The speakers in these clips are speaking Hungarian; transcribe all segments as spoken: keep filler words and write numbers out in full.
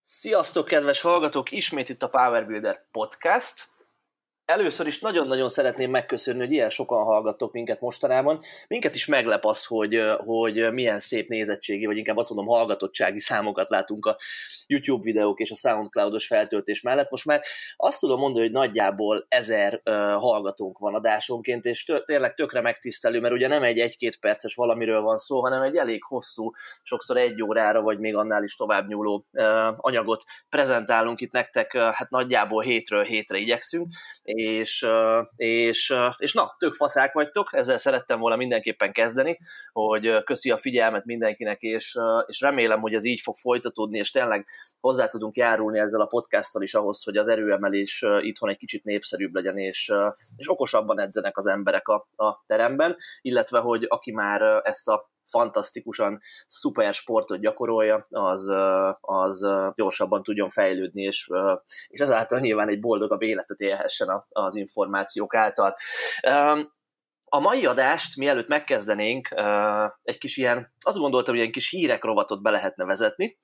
Sziasztok, kedves hallgatók! Ismét itt a Power Builder Podcast. Először is nagyon-nagyon szeretném megköszönni, hogy ilyen sokan hallgattok minket mostanában. Minket is meglep az, hogy, hogy milyen szép nézettségi, vagy inkább azt mondom hallgatottsági számokat látunk a YouTube videók és a SoundCloud-os feltöltés mellett. Most már azt tudom mondani, hogy nagyjából ezer uh, hallgatónk van adásonként, és tő, tényleg tökre megtisztelő, mert ugye nem egy egy-két perces valamiről van szó, hanem egy elég hosszú, sokszor egy órára, vagy még annál is tovább nyúló uh, anyagot prezentálunk itt nektek, uh, hát nagyjából hétről hétre igyekszünk. És, és, és na, tök faszák vagytok, ezzel szerettem volna mindenképpen kezdeni, hogy köszi a figyelmet mindenkinek, és, és remélem, hogy ez így fog folytatódni, és tényleg hozzá tudunk járulni ezzel a podcasttal is ahhoz, hogy az erőemelés itthon egy kicsit népszerűbb legyen, és, és okosabban edzenek az emberek a, a teremben, illetve, hogy aki már ezt a fantasztikusan szuper sportot gyakorolja, az, az gyorsabban tudjon fejlődni, és, és ezáltal nyilván egy boldogabb életet élhessen az információk által. A mai adást, mielőtt megkezdenénk, egy kis ilyen, azt gondoltam, hogy ilyen kis hírek rovatot be lehetne vezetni,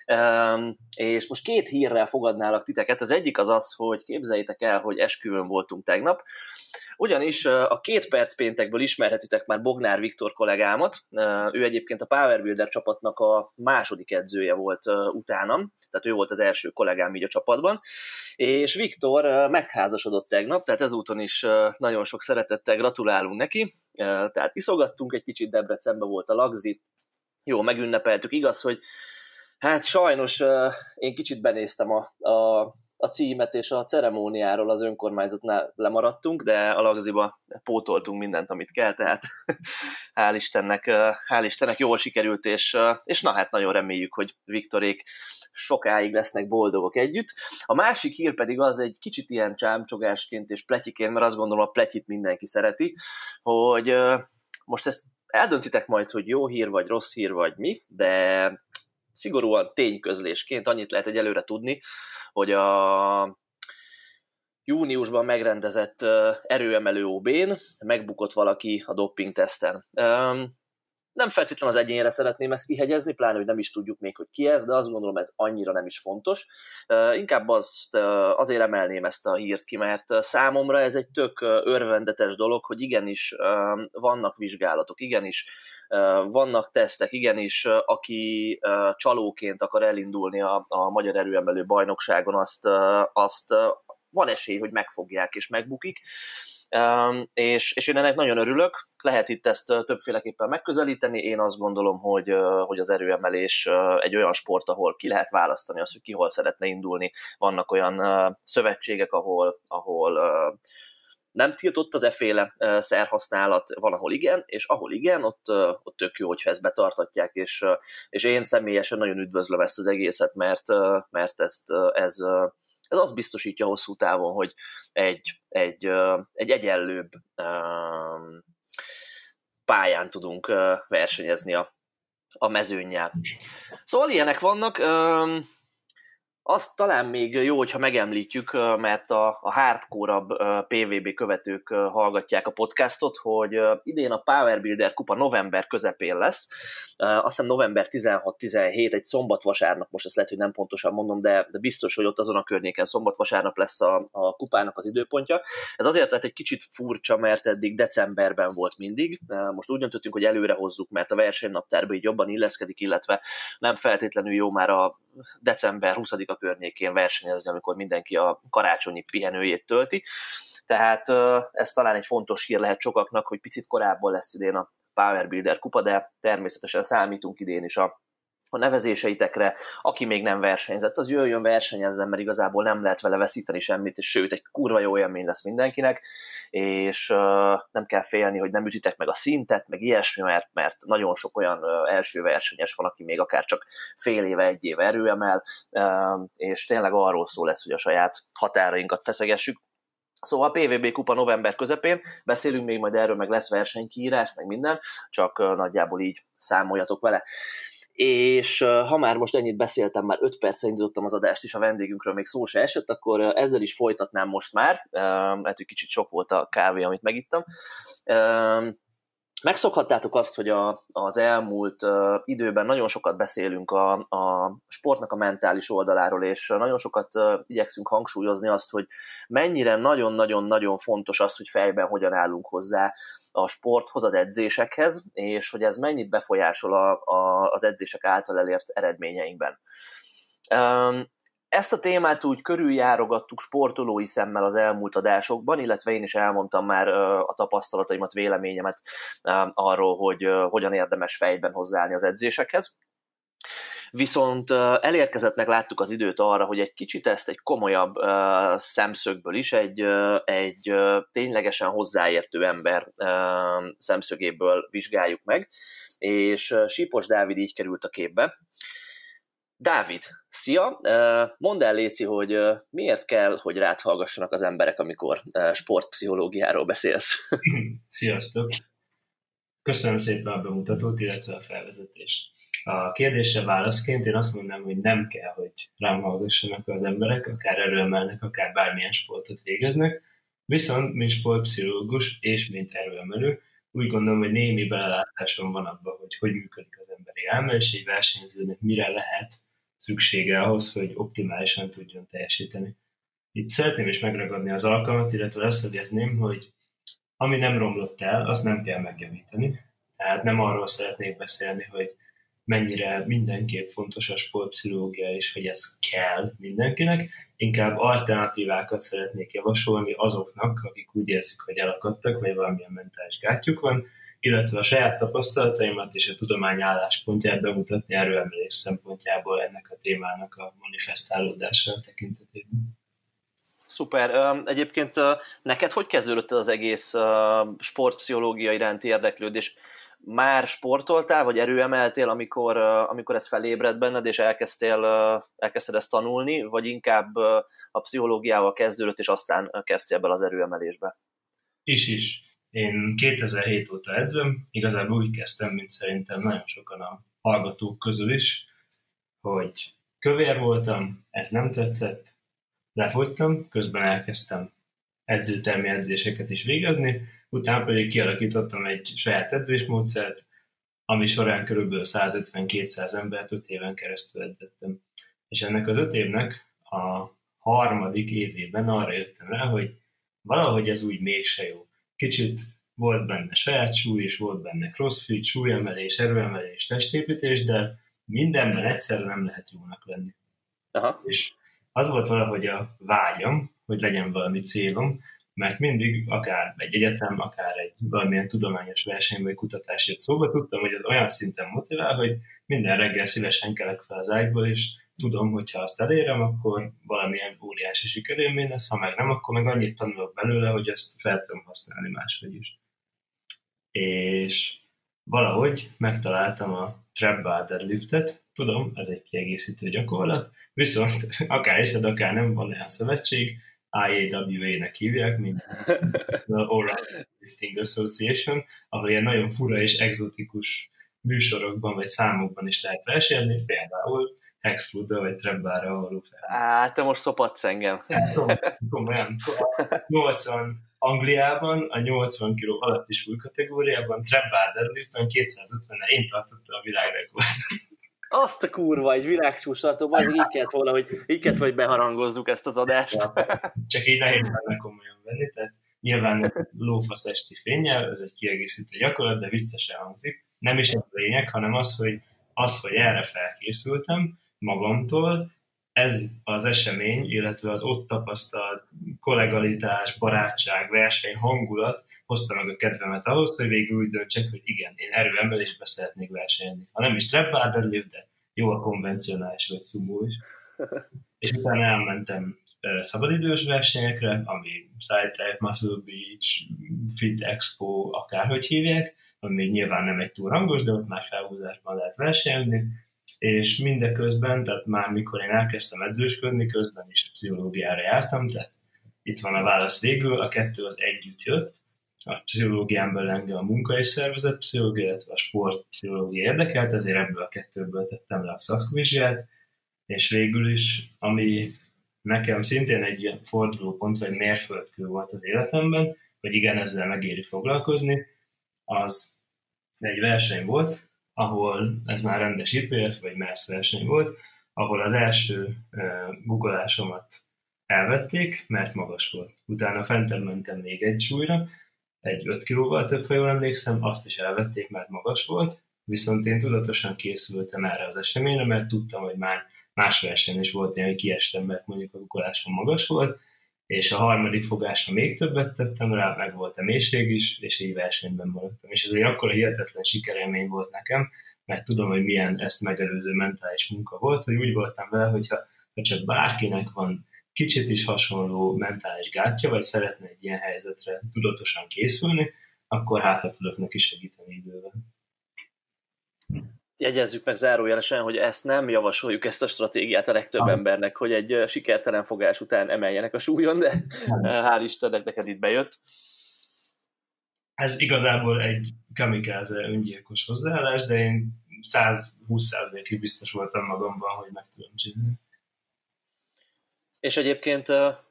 és most két hírrel fogadnálak titeket. Az egyik az az, hogy képzeljétek el, hogy esküvőn voltunk tegnap, ugyanis a két perc péntekből ismerhetitek már Bognár Viktor kollégámat, ő egyébként a Power Builder csapatnak a második edzője volt utánam, tehát ő volt az első kollégám így a csapatban, és Viktor megházasodott tegnap, tehát ezúton is nagyon sok szeretettel gratulálunk neki, tehát iszogattunk egy kicsit, Debrecenben volt a lagzi, jó, megünnepeltük, igaz, hogy hát sajnos én kicsit benéztem a, a, a címet, és a ceremóniáról az önkormányzatnál lemaradtunk, de a lagziba pótoltunk mindent, amit kell, tehát hál' Istennek, hál' Istennek jól sikerült, és, és na hát nagyon reméljük, hogy Viktorék sokáig lesznek boldogok együtt. A másik hír pedig az egy kicsit ilyen csámcsogásként és pletyiként, mert azt gondolom a pletyit mindenki szereti, hogy most ezt eldöntitek majd, hogy jó hír, vagy rossz hír, vagy mi, de szigorúan tényközlésként annyit lehet egyelőre tudni, hogy a júniusban megrendezett erőemelő ó bén megbukott valaki a doping-teszten. Nem feltétlenül az egyénre szeretném ezt kihegyezni, pláne, hogy nem is tudjuk még, hogy ki ez, de azt gondolom, ez annyira nem is fontos. Inkább azt, azért emelném ezt a hírt ki, mert számomra ez egy tök örvendetes dolog, hogy igenis vannak vizsgálatok, igenis vannak tesztek, igenis, aki csalóként akar elindulni a, a Magyar Erőemelő Bajnokságon, azt, azt van esély, hogy megfogják és megbukik, és, és én ennek nagyon örülök. Lehet itt ezt többféleképpen megközelíteni, én azt gondolom, hogy, hogy az erőemelés egy olyan sport, ahol ki lehet választani azt, hogy ki hol szeretne indulni. Vannak olyan szövetségek, ahol, ahol nem tiltott az efféle szerhasználat, van, ahol igen, és ahol igen, ott, ott tök jó, hogyha ezt betartatják, és, és én személyesen nagyon üdvözlöm ezt az egészet, mert, mert ezt, ez, ez azt biztosítja hosszú távon, hogy egy, egy, egy egyenlőbb pályán tudunk versenyezni a, a mezőnnyel. Szóval ilyenek vannak. Azt talán még jó, hogyha megemlítjük, mert a, a hardcore-abb pé vé bé követők hallgatják a podcastot, hogy idén a Power Builder kupa november közepén lesz. Azt hiszem november tizenhat-tizenhét, egy szombat-vasárnap, most ezt lehet, hogy nem pontosan mondom, de, de biztos, hogy ott azon a környéken szombat-vasárnap lesz a, a kupának az időpontja. Ez azért lett egy kicsit furcsa, mert eddig decemberben volt mindig. Most úgy döntöttünk, hogy előre hozzuk, mert a versenynaptárba így jobban illeszkedik, illetve nem feltétlenül jó már a december huszadika környékén versenyezni, amikor mindenki a karácsonyi pihenőjét tölti. Tehát ez talán egy fontos hír lehet sokaknak, hogy picit korábban lesz idén a Power Builder kupa, de természetesen számítunk idén is a, a nevezéseitekre. Aki még nem versenyzett, az jöjjön versenyezzen, mert igazából nem lehet vele veszíteni semmit, és sőt, egy kurva jó élmény lesz mindenkinek, és uh, nem kell félni, hogy nem ütitek meg a szintet, meg ilyesmi, mert, mert nagyon sok olyan uh, első versenyes van, aki még akár csak fél éve, egy éve erőemel, uh, és tényleg arról szól lesz, hogy a saját határainkat feszegessük. Szóval a pé vé bé kupa november közepén, beszélünk még majd erről, meg lesz versenykiírás, meg minden, csak uh, nagyjából így számoljatok vele. És ha már most ennyit beszéltem, már öt percre indítottam az adást, és a vendégünkről még szó se esett, akkor ezzel is folytatnám most már, hát egy kicsit sok volt a kávé, amit megittam. Megszokhattátok azt, hogy a, az elmúlt uh, időben nagyon sokat beszélünk a, a sportnak a mentális oldaláról, és nagyon sokat uh, igyekszünk hangsúlyozni azt, hogy mennyire nagyon-nagyon-nagyon fontos az, hogy fejben hogyan állunk hozzá a sporthoz, az edzésekhez, és hogy ez mennyit befolyásol a, a, az edzések által elért eredményeinkben. Um, Ezt a témát úgy körüljárogattuk sportolói szemmel az elmúlt adásokban, illetve én is elmondtam már a tapasztalataimat, véleményemet arról, hogy hogyan érdemes fejben hozzáállni az edzésekhez. Viszont elérkezettnek láttuk az időt arra, hogy egy kicsit ezt egy komolyabb szemszögből is, egy, egy ténylegesen hozzáértő ember szemszögéből vizsgáljuk meg, és Sipos Dávid így került a képbe. Dávid, szia! Mondd el, Léci, hogy miért kell, hogy rád hallgassanak az emberek, amikor sportpszichológiáról beszélsz? Sziasztok! Köszönöm szépen a bemutatót, illetve a felvezetést. A kérdésre válaszként én azt mondanám, hogy nem kell, hogy rám hallgassanak az emberek, akár erőemelnek, akár bármilyen sportot végeznek, viszont mint sportpszichológus és mint erőemelő úgy gondolom, hogy némi belelátásom van abban, hogy hogy működik az emberi elme, és egy versenyzőnek mire lehet szüksége ahhoz, hogy optimálisan tudjon teljesíteni. Itt szeretném is megragadni az alkalmat, illetve leszögezném, hogy ami nem romlott el, azt nem kell megjavítani. Tehát nem arról szeretnék beszélni, hogy mennyire mindenképp fontos a sportpszichológia, és hogy ez kell mindenkinek. Inkább alternatívákat szeretnék javasolni azoknak, akik úgy érzik, hogy elakadtak, vagy valamilyen mentális gátjuk van, illetve a saját tapasztalataimat és a tudomány álláspontját bemutatni erőemelés szempontjából ennek a témának a manifestálódása tekintetében. Szuper. Egyébként neked hogy kezdődött az egész sportpszichológia iránti érdeklődés? Már sportoltál, vagy erőemeltél, amikor, amikor ez felébredt benned, és elkezdtél, elkezdted ezt tanulni, vagy inkább a pszichológiával kezdődött, és aztán kezdtél bele az erőemelésbe? Is is. Én kétezer-hét óta edzem, igazából úgy kezdtem, mint szerintem nagyon sokan a hallgatók közül is, hogy kövér voltam, ez nem tetszett, lefogytam, közben elkezdtem edzőtermi edzéseket is végezni, utána pedig kialakítottam egy saját edzésmódszert, ami során körülbelül százötven-kétszáz embert öt éven keresztül edzettem. És ennek az öt évnek a harmadik évében arra jöttem rá, hogy valahogy ez úgy mégse jó. Kicsit volt benne saját súly, és volt benne crossfit, súlyemelés, erőemelés, testépítés, de mindenben egyszerre nem lehet jónak lenni. Aha. És az volt valahogy a vágyam, hogy legyen valami célom, mert mindig akár egy egyetem, akár egy valamilyen tudományos verseny vagy kutatás jött szóba, tudtam, hogy ez olyan szinten motivál, hogy minden reggel szívesen kelek fel az ágyból, és tudom, hogy ha azt elérem, akkor valamilyen óriási sikerélmény lesz, ha meg nem, akkor meg annyit tanulok belőle, hogy ezt fel tudom használni máshogy is. És valahogy megtaláltam a trap bar deadliftet, tudom, ez egy kiegészítő gyakorlat, viszont akár hiszed, akár nem, van olyan szövetség, I A W A-nek hívják, mint Oral Lifting Association, ahol ilyen nagyon fura és egzotikus műsorokban vagy számokban is lehet versenyezni, például Hexwood-ra vagy Trap-barra való fel. Á, te most szopatsz engem. Komolyan. nyolcvan Angliában, a nyolcvan kiló alatti súlykategóriában, Trap-bar deadliftben kétszázötvennel én tartottam a világrekordot. Azt a kurva, egy világcsúcstartó, azért így kellett volna, hogy, így kellett, hogy beharangozzuk ezt az adást. Ja, csak így nehéz lenne komolyan venni, tehát nyilván lófasz esti fénnyel, ez egy kiegészítő gyakorlat, de viccesen hangzik. Nem is ez a lényeg, hanem az, hogy, az, hogy erre felkészültem magamtól, ez az esemény, illetve az ott tapasztalt kollegalitás, barátság, verseny, hangulat hozta meg a kedvemet ahhoz, hogy végül úgy döntsek, hogy igen, én erőemelésbe szeretnék versenyezni. Ha nem is trap bar deadlift, de jó a konvencionális vagy szumó is. És utána elmentem szabadidős versenyekre, ami Sidetrack, Muscle Beach, Fit Expo, akárhogy hívják, ami még nyilván nem egy túl rangos, de ott már felhúzásban lehet versenyezni, és mindeközben, tehát már mikor én elkezdtem edzősködni, közben is pszichológiára jártam, tehát itt van a válasz végül, a kettő az együtt jött, a pszichológián belül engem a munka és szervezet pszichológia, illetve a sportpszichológia érdekelt, ezért ebből a kettőből tettem le a szakvizsgát, és végül is, ami nekem szintén egy ilyen fordulópont, vagy mérföldkő volt az életemben, hogy igen, ezzel megéri foglalkozni, az egy verseny volt, ahol ez már rendes i pé ef vagy MERS verseny volt, ahol az első uh, guggolásomat elvették, mert magas volt. Utána fentebb mentem még egy súlyra, egy öt kilóval több, ha jól emlékszem, azt is elvették, mert magas volt, viszont én tudatosan készültem erre az eseményre, mert tudtam, hogy már más versenyen is volt ilyen, hogy kiestem, mert mondjuk a guggolásom magas volt, és a harmadik fogásra még többet tettem rá, meg volt a mélység is, és így versenyben maradtam. És ez egy akkora hihetetlen sikerélmény volt nekem, mert tudom, hogy milyen ezt megelőző mentális munka volt, hogy úgy voltam vele, hogyha ha csak bárkinek van kicsit is hasonló mentális gátja, vagy szeretne egy ilyen helyzetre tudatosan készülni, akkor hát ha tudok neki segíteni idővel. Jegyezzük meg zárójelesen, hogy ezt nem javasoljuk, ezt a stratégiát a legtöbb ah. embernek, hogy egy sikertelen fogás után emeljenek a súlyon, de hál' Istennek neked itt bejött. Ez igazából egy kamikáze öngyilkos hozzáállás, de én száz húsz százalékig biztos voltam magamban, hogy meg tudom csinálni. És egyébként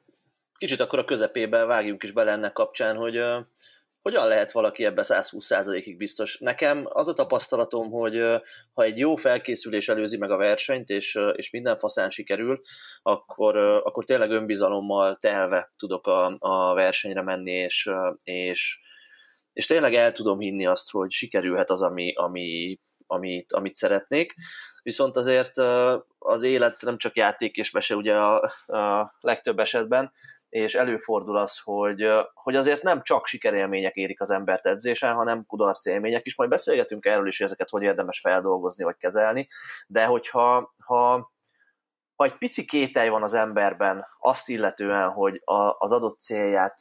kicsit akkor a közepébe vágjunk is bele ennek kapcsán, hogy hogyan lehet valaki ebbe száz húsz százalékig biztos? Nekem az a tapasztalatom, hogy ha egy jó felkészülés előzi meg a versenyt, és, és minden faszán sikerül, akkor, akkor tényleg önbizalommal telve tudok a, a versenyre menni, és, és, és tényleg el tudom hinni azt, hogy sikerülhet az, ami, ami, amit, amit szeretnék. Viszont azért az élet nem csak játék és mese ugye a, a legtöbb esetben, és előfordul az, hogy, hogy azért nem csak sikerélmények érik az embert edzésen, hanem kudarc élmények is. Majd beszélgetünk erről is, hogy ezeket hogy érdemes feldolgozni vagy kezelni, de hogyha ha, ha egy pici kételj van az emberben azt illetően, hogy a, az adott célját,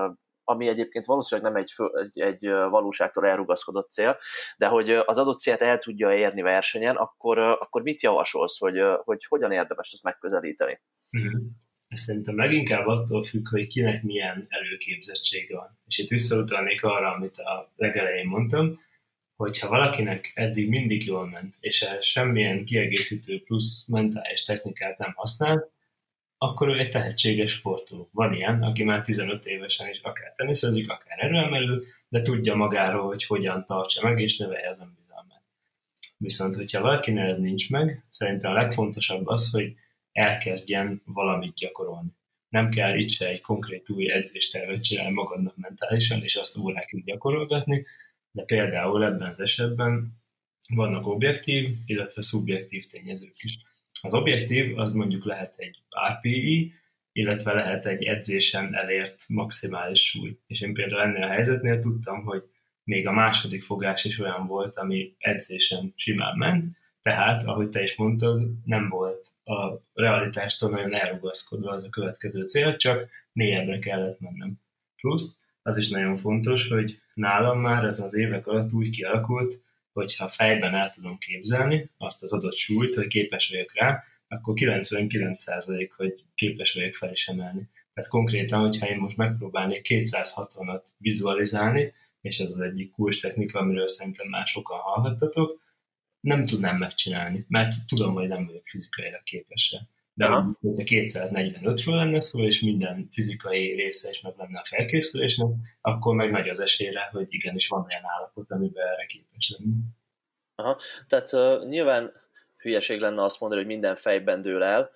ami egyébként valószínűleg nem egy, egy, egy valóságtól elrugaszkodott cél, de hogy az adott célt el tudja érni versenyen, akkor, akkor mit javasolsz, hogy, hogy hogyan érdemes ezt megközelíteni? Mm-hmm. Ez szerintem leginkább attól függ, hogy kinek milyen előképzettsége van. És itt visszautalnék arra, amit a legelején mondtam, hogyha valakinek eddig mindig jól ment, és ehhez semmilyen kiegészítő plusz mentális technikát nem használ, akkor ő egy tehetséges sportoló. Van ilyen, aki már tizenöt évesen is akár teniszezik, akár erőemelő, de tudja magáról, hogy hogyan tartsa meg, és növelje az önbizalmát. Viszont, hogyha valakinek ez nincs meg, szerintem a legfontosabb az, hogy elkezdjen valamit gyakorolni. Nem kell itt se egy konkrét új edzéstervet csinálni magadnak mentálisan, és azt órákig gyakorolgatni, de például ebben az esetben vannak objektív, illetve szubjektív tényezők is. Az objektív az mondjuk lehet egy er pé i, illetve lehet egy edzésen elért maximális súly. És én például ennél a helyzetnél tudtam, hogy még a második fogás is olyan volt, ami edzésen simán ment, tehát, ahogy te is mondtad, nem volt a realitástól nagyon elrugaszkodva az a következő cél, csak mélyebbre kellett mennem. Plusz az is nagyon fontos, hogy nálam már ez az évek alatt úgy kialakult, hogyha fejben el tudom képzelni azt az adott súlyt, hogy képes vagyok rá, akkor kilencvenkilenc százalék, hogy képes vagyok fel is emelni. Tehát konkrétan, hogyha én most megpróbálnék kétszázhatvanat vizualizálni, és ez az egyik kulcs technika, amiről szerintem már sokan hallhattatok, nem tudnám megcsinálni, mert tudom, hogy nem vagyok fizikailag képes rá. De hogyha kétszáznegyvenötről lenne szó, és minden fizikai része is meg lenne a felkészülésnek, akkor meg nagy az esélyre, hogy igenis van olyan állapot, amiben erre képes lenni. Aha. Tehát uh, nyilván hülyeség lenne azt mondani, hogy minden fejben dől el,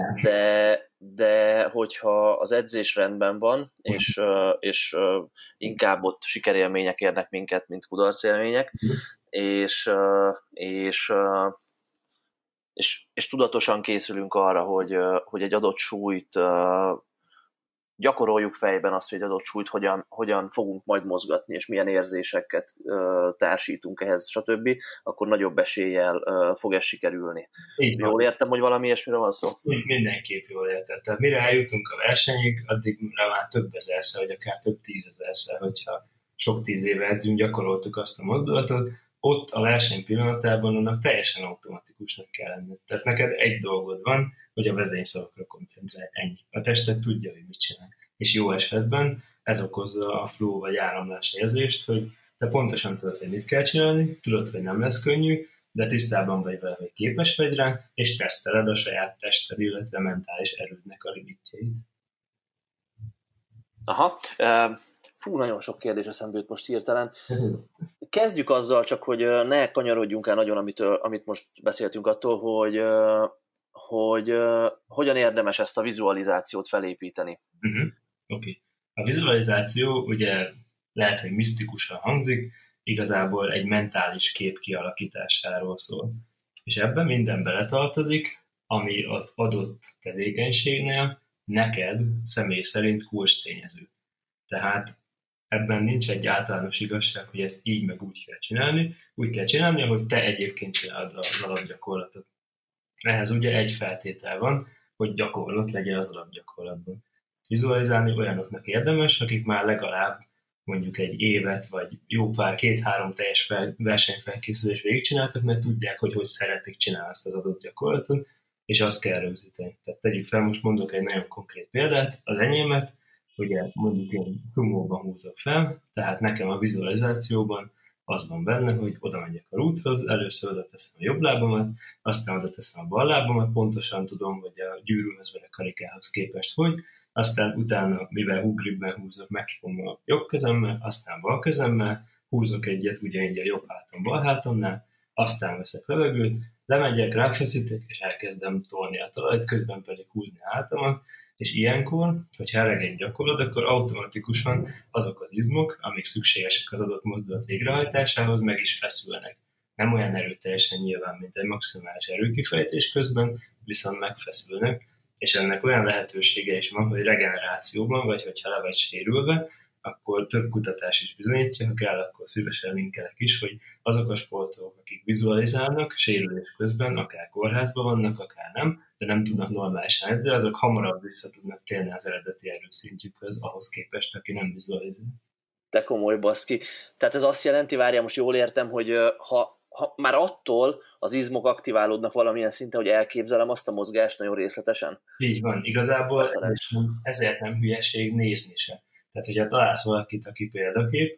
de, de hogyha az edzés rendben van, és, uh, és uh, inkább ott sikerélmények érnek minket, mint kudarcélmények, és, uh, és uh, És, és tudatosan készülünk arra, hogy, hogy egy adott súlyt gyakoroljuk fejben azt, hogy egy adott súlyt hogyan, hogyan fogunk majd mozgatni, és milyen érzéseket társítunk ehhez, stb., akkor nagyobb eséllyel fog ez sikerülni. Így jól értem, hogy valami ilyesmire van szó? Mindenképp jól érted. Tehát mire eljutunk a versenyig, addig már több ezerszer, vagy akár több tízezerszer, hogyha sok tíz éve edzünk, gyakoroltuk azt a mozdulatot, ott a verseny pillanatában annak teljesen automatikusnak kell lenni. Tehát neked egy dolgod van, hogy a vezényszavakra koncentrálj, ennyi. A tested tudja, hogy mit csinál. És jó esetben ez okozza a flow vagy áramlás érzést, hogy te pontosan tudod, hogy mit kell csinálni, tudod, hogy nem lesz könnyű, de tisztában vagy vele, hogy képes vagy rá, és teszteled a saját tested, illetve mentális erődnek a limitjeit. Aha. Uh... Fú, nagyon sok kérdés eszembe jut most hirtelen. kezdjük azzal csak, hogy ne kanyarodjunk el nagyon, amit, amit most beszéltünk attól, hogy, hogy hogyan érdemes ezt a vizualizációt felépíteni. Uh-huh. Oké. Okay. A vizualizáció ugye lehet, hogy misztikusan hangzik, igazából egy mentális kép kialakításáról szól. És ebben minden beletartozik, ami az adott tevékenységnél neked személy szerint kulcstényező. Tehát ebben nincs egy általános igazság, hogy ezt így meg úgy kell csinálni, úgy kell csinálni, ahogy te egyébként csinálod az alapgyakorlatot. Ehhez ugye egy feltétel van, hogy gyakorlat legyen az alapgyakorlatban. Vizualizálni olyanoknak érdemes, akik már legalább mondjuk egy évet, vagy jó pár, két-három teljes fel, versenyfelkészülés végigcsináltak, mert tudják, hogy hogy szeretik csinálni azt az adott gyakorlatot, és azt kell rögzíteni. Tehát tegyük fel, most mondok egy nagyon konkrét példát, az enyémet, ugye mondjuk én szumóban húzok fel, tehát nekem a vizualizációban az van benne, hogy oda megyek a rúthoz, először oda teszem a jobb lábamat, aztán oda teszem a bal lábamat, pontosan tudom, hogy a gyűrűhöz vagy a karikához képest hogy, aztán utána, mivel húgribben húzok, megfogom a jobb kezemmel, aztán bal kezemmel, húzok egyet ugyanígy a jobb hátam bal hátamnál, aztán veszek levegőt, lemegyek, ráfeszítek, és elkezdem tolni a talajt, közben pedig húzni a hátamat, és ilyenkor, hogyha eleget gyakorlod, akkor automatikusan azok az izmok, amik szükségesek az adott mozdulat végrehajtásához, meg is feszülnek. Nem olyan erőteljesen nyilván, mint egy maximális erőkifejtés közben, viszont megfeszülnek, és ennek olyan lehetősége is van, hogy regenerációban, vagy hogyha le vagy sérülve, akkor több kutatás is bizonyítja, ha kell, akkor szívesen linkelek is, hogy azok a sportolók, akik vizualizálnak, sérülés közben, akár kórházban vannak, akár nem, de nem tudnak normálisan edzeni, azok hamarabb vissza tudnak térni az eredeti erőszintjükhöz, ahhoz képest, aki nem vizualizál. Te komoly baszki. Tehát ez azt jelenti, várjál, most jól értem, hogy ha, ha már attól az izmok aktiválódnak valamilyen szinten, hogy elképzelem azt a mozgást nagyon részletesen? Így van. Igazából ezért nem hülyeség nézni se. Tehát, hogyha találsz valakit, aki példakép,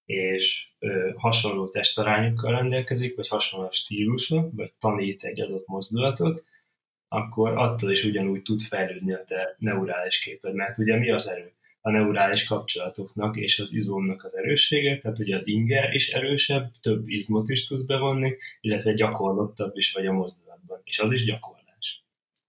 és ö, hasonló testarányokkal rendelkezik, vagy hasonló stílusa, vagy tanít egy adott mozdulatot, akkor attól is ugyanúgy tud fejlődni a te neurális képed. Mert ugye mi az erő? A neurális kapcsolatoknak és az izomnak az erőssége, tehát ugye az inger is erősebb, több izmot is tudsz bevonni, illetve gyakorlottabb is vagy a mozdulatban, és az is gyakorlás.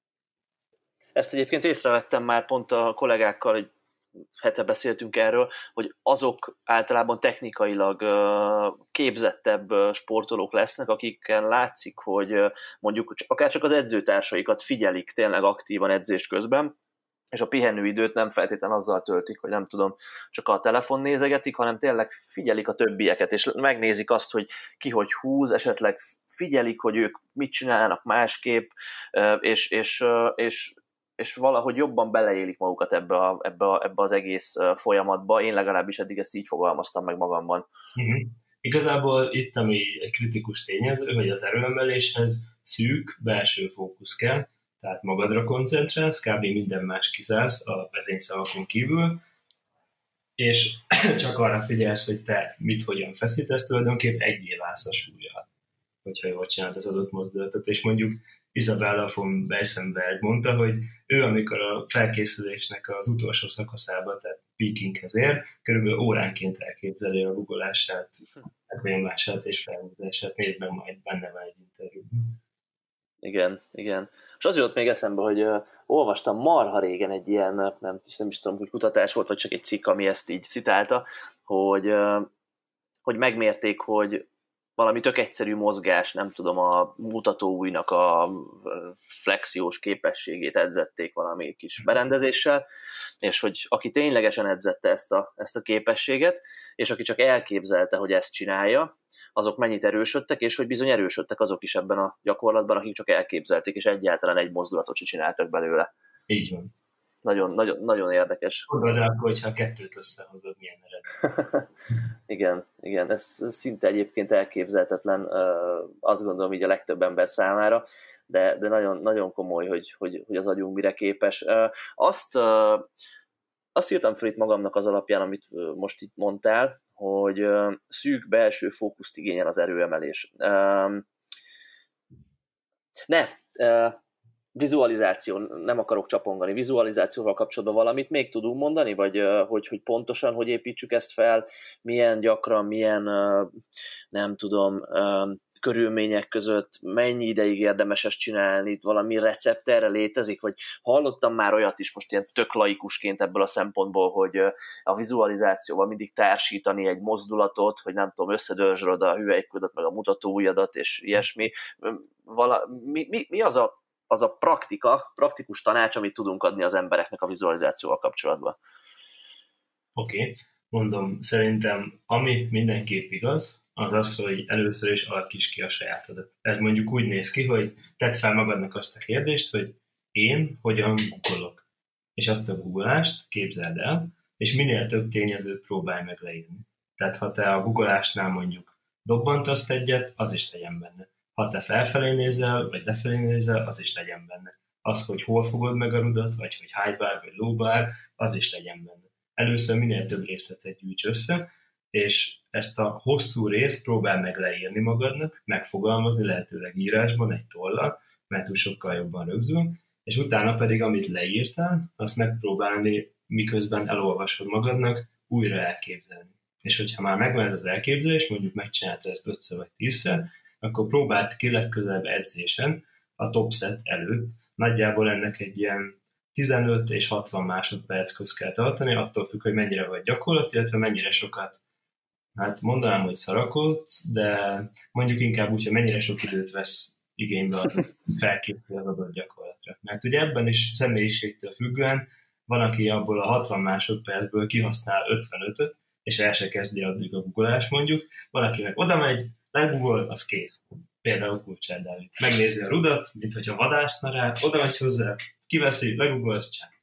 Ezt egyébként észrevettem már pont a kollégákkal, hogy hete beszéltünk erről, hogy azok általában technikailag képzettebb sportolók lesznek, akikkel látszik, hogy mondjuk akár csak az edzőtársaikat figyelik tényleg aktívan edzés közben, és a pihenőidőt nem feltétlenül azzal töltik, hogy nem tudom, csak a telefon nézegetik, hanem tényleg figyelik a többieket, és megnézik azt, hogy ki hogy húz, esetleg figyelik, hogy ők mit csinálnak másképp, és, és, és és valahogy jobban beleélik magukat ebbe, a, ebbe, a, ebbe az egész folyamatba. Én legalábbis eddig ezt így fogalmaztam meg magamban. Uh-huh. Igazából itt, ami egy kritikus tényező, hogy az erőemeléshez szűk belső fókusz kell, tehát magadra koncentrálsz, kb. Minden más kizársz a vezényszavakon kívül, és csak arra figyelsz, hogy te mit, hogyan feszítesz, tulajdonképp egyé válsz a súlyjal, hogyha jól csinált az adott mozdulatot, és mondjuk Isabella von Weissenberg mondta, hogy ő, amikor a felkészülésnek az utolsó szakaszába, tehát peakinghez ér, körülbelül óránként elképzeli a googolását, megnyomását és felhúzását. Nézd meg, majd benne van egy interjúban. Igen, igen. És az jutott még eszembe, hogy uh, olvastam marha régen egy ilyen, nem, nem is tudom, hogy kutatás volt, vagy csak egy cikk, ami ezt így citálta, hogy, uh, hogy megmérték, hogy valami tök egyszerű mozgás, nem tudom, a mutatóujjnak a flexiós képességét edzették valami kis berendezéssel, és hogy aki ténylegesen edzette ezt a, ezt a képességet, és aki csak elképzelte, hogy ezt csinálja, azok mennyit erősödtek, és hogy bizony erősödtek azok is ebben a gyakorlatban, akik csak elképzelték, és egyáltalán egy mozdulatot sem csináltak belőle. Így van. Nagyon, nagyon, nagyon érdekes. Fogad el, hogyha a kettőt összehozod, milyen eredmény. Igen, igen, ez, ez szinte egyébként elképzelhetetlen, azt gondolom így a legtöbb ember számára, de, de nagyon, nagyon komoly, hogy, hogy, hogy az agyunk mire képes. Azt, azt írtam fel itt magamnak az alapján, amit most itt mondtál, hogy szűk belső fókuszt igényel az erőemelés. Ne, Vizualizáció, nem akarok csapongani, vizualizációval kapcsolatban valamit még tudunk mondani, vagy hogy, hogy pontosan hogy építsük ezt fel, milyen gyakran, milyen nem tudom, körülmények között, mennyi ideig érdemes ezt csinálni, valami recept erre létezik, vagy hallottam már olyat is most ilyen tök laikusként ebből a szempontból, hogy a vizualizációval mindig társítani egy mozdulatot, hogy nem tudom, összedörzsölöd a hüvelykújadat, meg a mutatóujjadat, és ilyesmi. Vala, mi, mi, mi az a az a praktika, praktikus tanács, amit tudunk adni az embereknek a vizualizációval kapcsolatban? Oké, okay. Mondom, szerintem ami mindenképp igaz, az az, hogy először is alakíts ki a sajátodat. Ez mondjuk úgy néz ki, hogy tedd fel magadnak azt a kérdést, hogy én hogyan googolok. És azt a googolást képzeld el, és minél több tényezőt próbálj meg leírni. Tehát ha te a googolásnál mondjuk dobbantasz egyet, az is legyen benne. Ha te felfelé nézel, vagy lefelé nézel, az is legyen benne. Az, hogy hol fogod meg a rudat, vagy hogy high bar, vagy low bar, az is legyen benne. Először minél több részletet gyűjts össze, és ezt a hosszú részt próbál meg leírni magadnak, megfogalmazni lehetőleg írásban, egy tollal, mert túl sokkal jobban rögzül, és utána pedig, amit leírtál, azt megpróbálni, miközben elolvasod magadnak, újra elképzelni. És hogyha már megvan ez az elképzelés, mondjuk megcsinálta ezt ötször vagy tízszer, akkor próbáld ki legközelebb edzésen a top set előtt. Nagyjából ennek egy ilyen tizenöt és hatvan másodperc közt kell tartani, attól függ, hogy mennyire vagy gyakorlat, illetve mennyire sokat, hát mondanám, hogy szarakodsz, de mondjuk inkább úgy, hogy mennyire sok időt vesz igénybe a felkészülő az adott gyakorlatra. Mert ugye ebben is személyiségtől függően van, aki abból a hatvan másodpercből kihasznál ötvenötöt, és el se kezdi addig a googolás mondjuk, valaki meg oda megy, legugol, az kész. Például Kulcsár Dávid. Megnézi a rudat, mint hogyha vadászna rá, oda megy hozzá, kiveszi, legugol, az csá.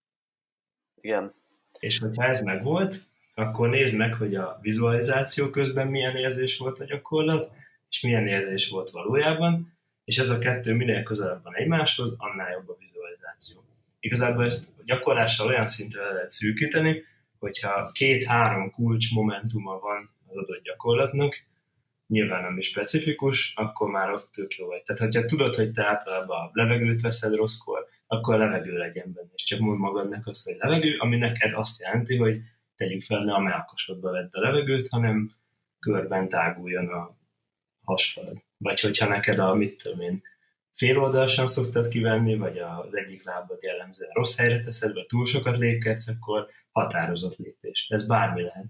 Igen. És hogyha ez megvolt, akkor nézd meg, hogy a vizualizáció közben milyen érzés volt a gyakorlat, és milyen érzés volt valójában, és ez a kettő minél közelebb van egymáshoz, annál jobb a vizualizáció. Igazából ezt a gyakorlással olyan szintre le lehet szűkíteni, hogyha két-három kulcs momentuma van az adott gyakorlatnak, nyilván nem is specifikus, akkor már ott tök jó vagy. Tehát, hogyha tudod, hogy te általában a levegőt veszed rosszkor, akkor a levegő legyen benne. És csak mondd magadnak azt, hogy levegő, ami neked azt jelenti, hogy tegyük fel, ne a mellkasodba vedd a levegőt, hanem körben táguljon a hasfalad. Vagy hogyha neked a, mit tudom én, féloldalasan szoktad kivenni, vagy az egyik lábad jellemzően rossz helyre teszed, vagy túl sokat lépkedsz, akkor határozott lépés. Ez bármi lehet.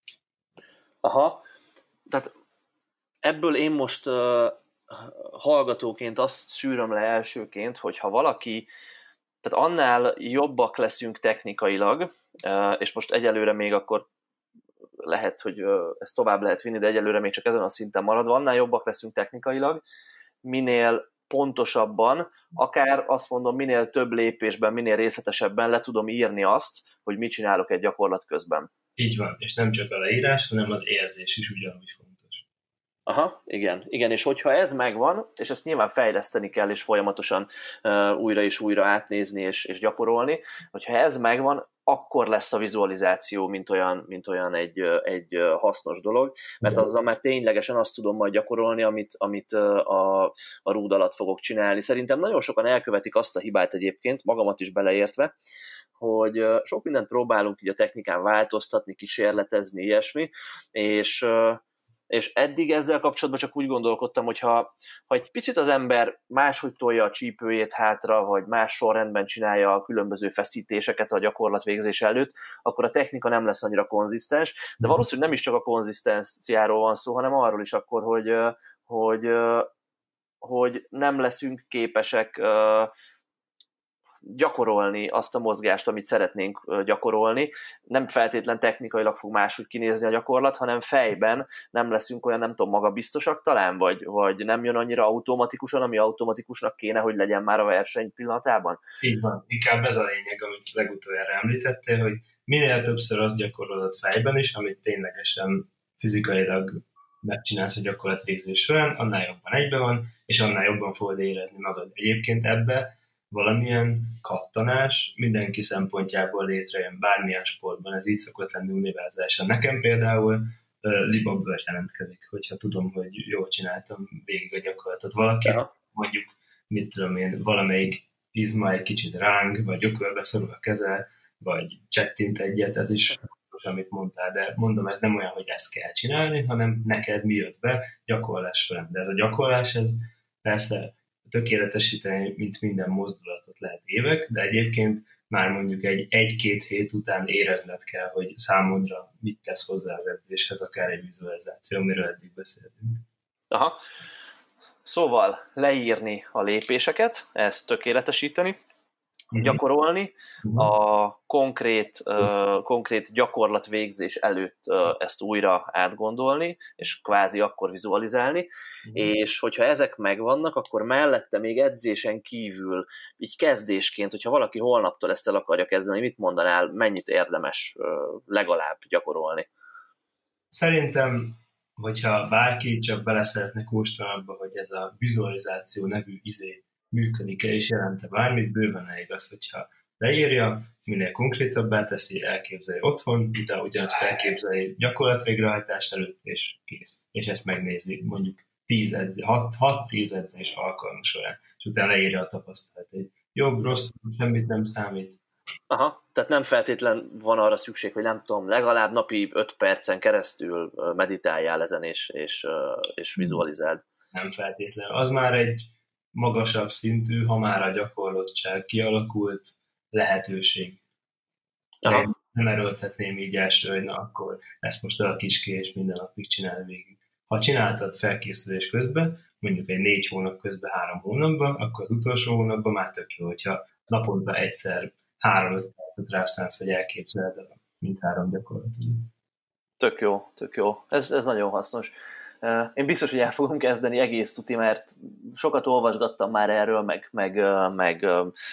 Aha, tehát ebből én most uh, hallgatóként azt szűröm le elsőként, hogy ha valaki, tehát annál jobbak leszünk technikailag, uh, és most egyelőre még akkor lehet, hogy uh, ezt tovább lehet vinni, de egyelőre még csak ezen a szinten maradva, annál jobbak leszünk technikailag, minél pontosabban, akár azt mondom, minél több lépésben, minél részletesebben le tudom írni azt, hogy mit csinálok egy gyakorlat közben. Így van, és nem csak a leírás, hanem az érzés is ugyanúgy fontos. Aha, igen, igen, és hogyha ez megvan, és ezt nyilván fejleszteni kell, és folyamatosan uh, újra és újra átnézni, és, és gyakorolni, hogyha ez megvan, akkor lesz a vizualizáció, mint olyan, mint olyan egy, egy hasznos dolog, mert azzal már ténylegesen azt tudom majd gyakorolni, amit, amit a, a rúd alatt fogok csinálni. Szerintem nagyon sokan elkövetik azt a hibát egyébként, magamat is beleértve, hogy sok mindent próbálunk így a technikán változtatni, kísérletezni, ilyesmi, és és eddig ezzel kapcsolatban csak úgy gondolkodtam, hogy ha, ha egy picit az ember máshogy tolja a csípőjét hátra, vagy más sorrendben csinálja a különböző feszítéseket a gyakorlatvégzés előtt, akkor a technika nem lesz annyira konzisztens, de valószínűleg nem is csak a konzisztenciáról van szó, hanem arról is akkor, hogy, hogy, hogy nem leszünk képesek gyakorolni azt a mozgást, amit szeretnénk gyakorolni. Nem feltétlen technikailag fog máshogy kinézni a gyakorlat, hanem fejben nem leszünk olyan, nem tudom, magabiztosak talán, vagy, vagy nem jön annyira automatikusan, ami automatikusnak kéne, hogy legyen már a verseny pillanatában. Így van. Inkább ez a lényeg, amit legutoljára említettél, hogy minél többször azt gyakorolod fejben is, amit ténylegesen fizikailag megcsinálsz a gyakorlatvégzés során, annál jobban egybe van, és annál jobban fogod érezni magad. Egyébként ebbe valamilyen kattanás mindenki szempontjából létrejön bármilyen sportban, ez így szokott lenni univerzálisan. Nekem például uh, libabőr jelentkezik, hogyha tudom, hogy jól csináltam végig a gyakorlatot. Valaki, ja. mondjuk, mit tudom én, valamelyik izma egy kicsit ráng, vagy ökölbe szorul a keze, vagy csettint egyet, ez is fontos, amit mondtál, de mondom, ez nem olyan, hogy ezt kell csinálni, hanem neked mi jött be gyakorlás során. De ez a gyakorlás, ez persze tökéletesíteni, mint minden mozdulatot lehet évek, de egyébként már mondjuk egy egy-két hét után érezned kell, hogy számodra mit tesz hozzá az edzéshez, akár egy vizualizáció, amiről eddig beszéltünk. Aha. Szóval leírni a lépéseket, ezt tökéletesíteni, uh-huh. gyakorolni, uh-huh. a konkrét, uh, konkrét gyakorlatvégzés előtt uh, ezt újra átgondolni, és kvázi akkor vizualizálni, uh-huh. és hogyha ezek megvannak, akkor mellette még edzésen kívül, így kezdésként, hogyha valaki holnaptól ezt el akarja kezdeni, mit mondanál, mennyit érdemes uh, legalább gyakorolni? Szerintem, hogyha bárki csak bele szeretne kóstolni abba, hogy ez a vizualizáció nevű izé működik-e és jelente bármit, bőven elég az, hogyha leírja, minél konkrétabbá teszi, elképzelje otthon, utána ugyanazt elképzelje gyakorlat végrehajtás előtt, és kész. És ezt megnézi mondjuk hat-tíz edzés alkalom során, és utána leírja a tapasztalatait. Jobb, rossz, semmit nem számít. Aha, tehát nem feltétlen van arra szükség, hogy nem tudom, legalább napi öt percen keresztül meditáljál ezen, és, és, és vizualizáld. Nem feltétlen. Az már egy magasabb szintű, ha már a gyakorlottság kialakult lehetőség. Aha. Nem erőltetném így első, hogy na akkor ezt most a kiské és minden napig csinál végig. Ha csináltad felkészülés közben, mondjuk egy négy hónap közben, három hónapban, akkor az utolsó hónapban már tök jó, hogyha naponta egyszer három-öt percet rászánsz, hogy elképzeld el mindhárom gyakorlatot. Tök jó, tök jó. Ez, ez nagyon hasznos. Én biztos, hogy el fogom kezdeni egész tuti, mert sokat olvasgattam már erről, meg, meg, meg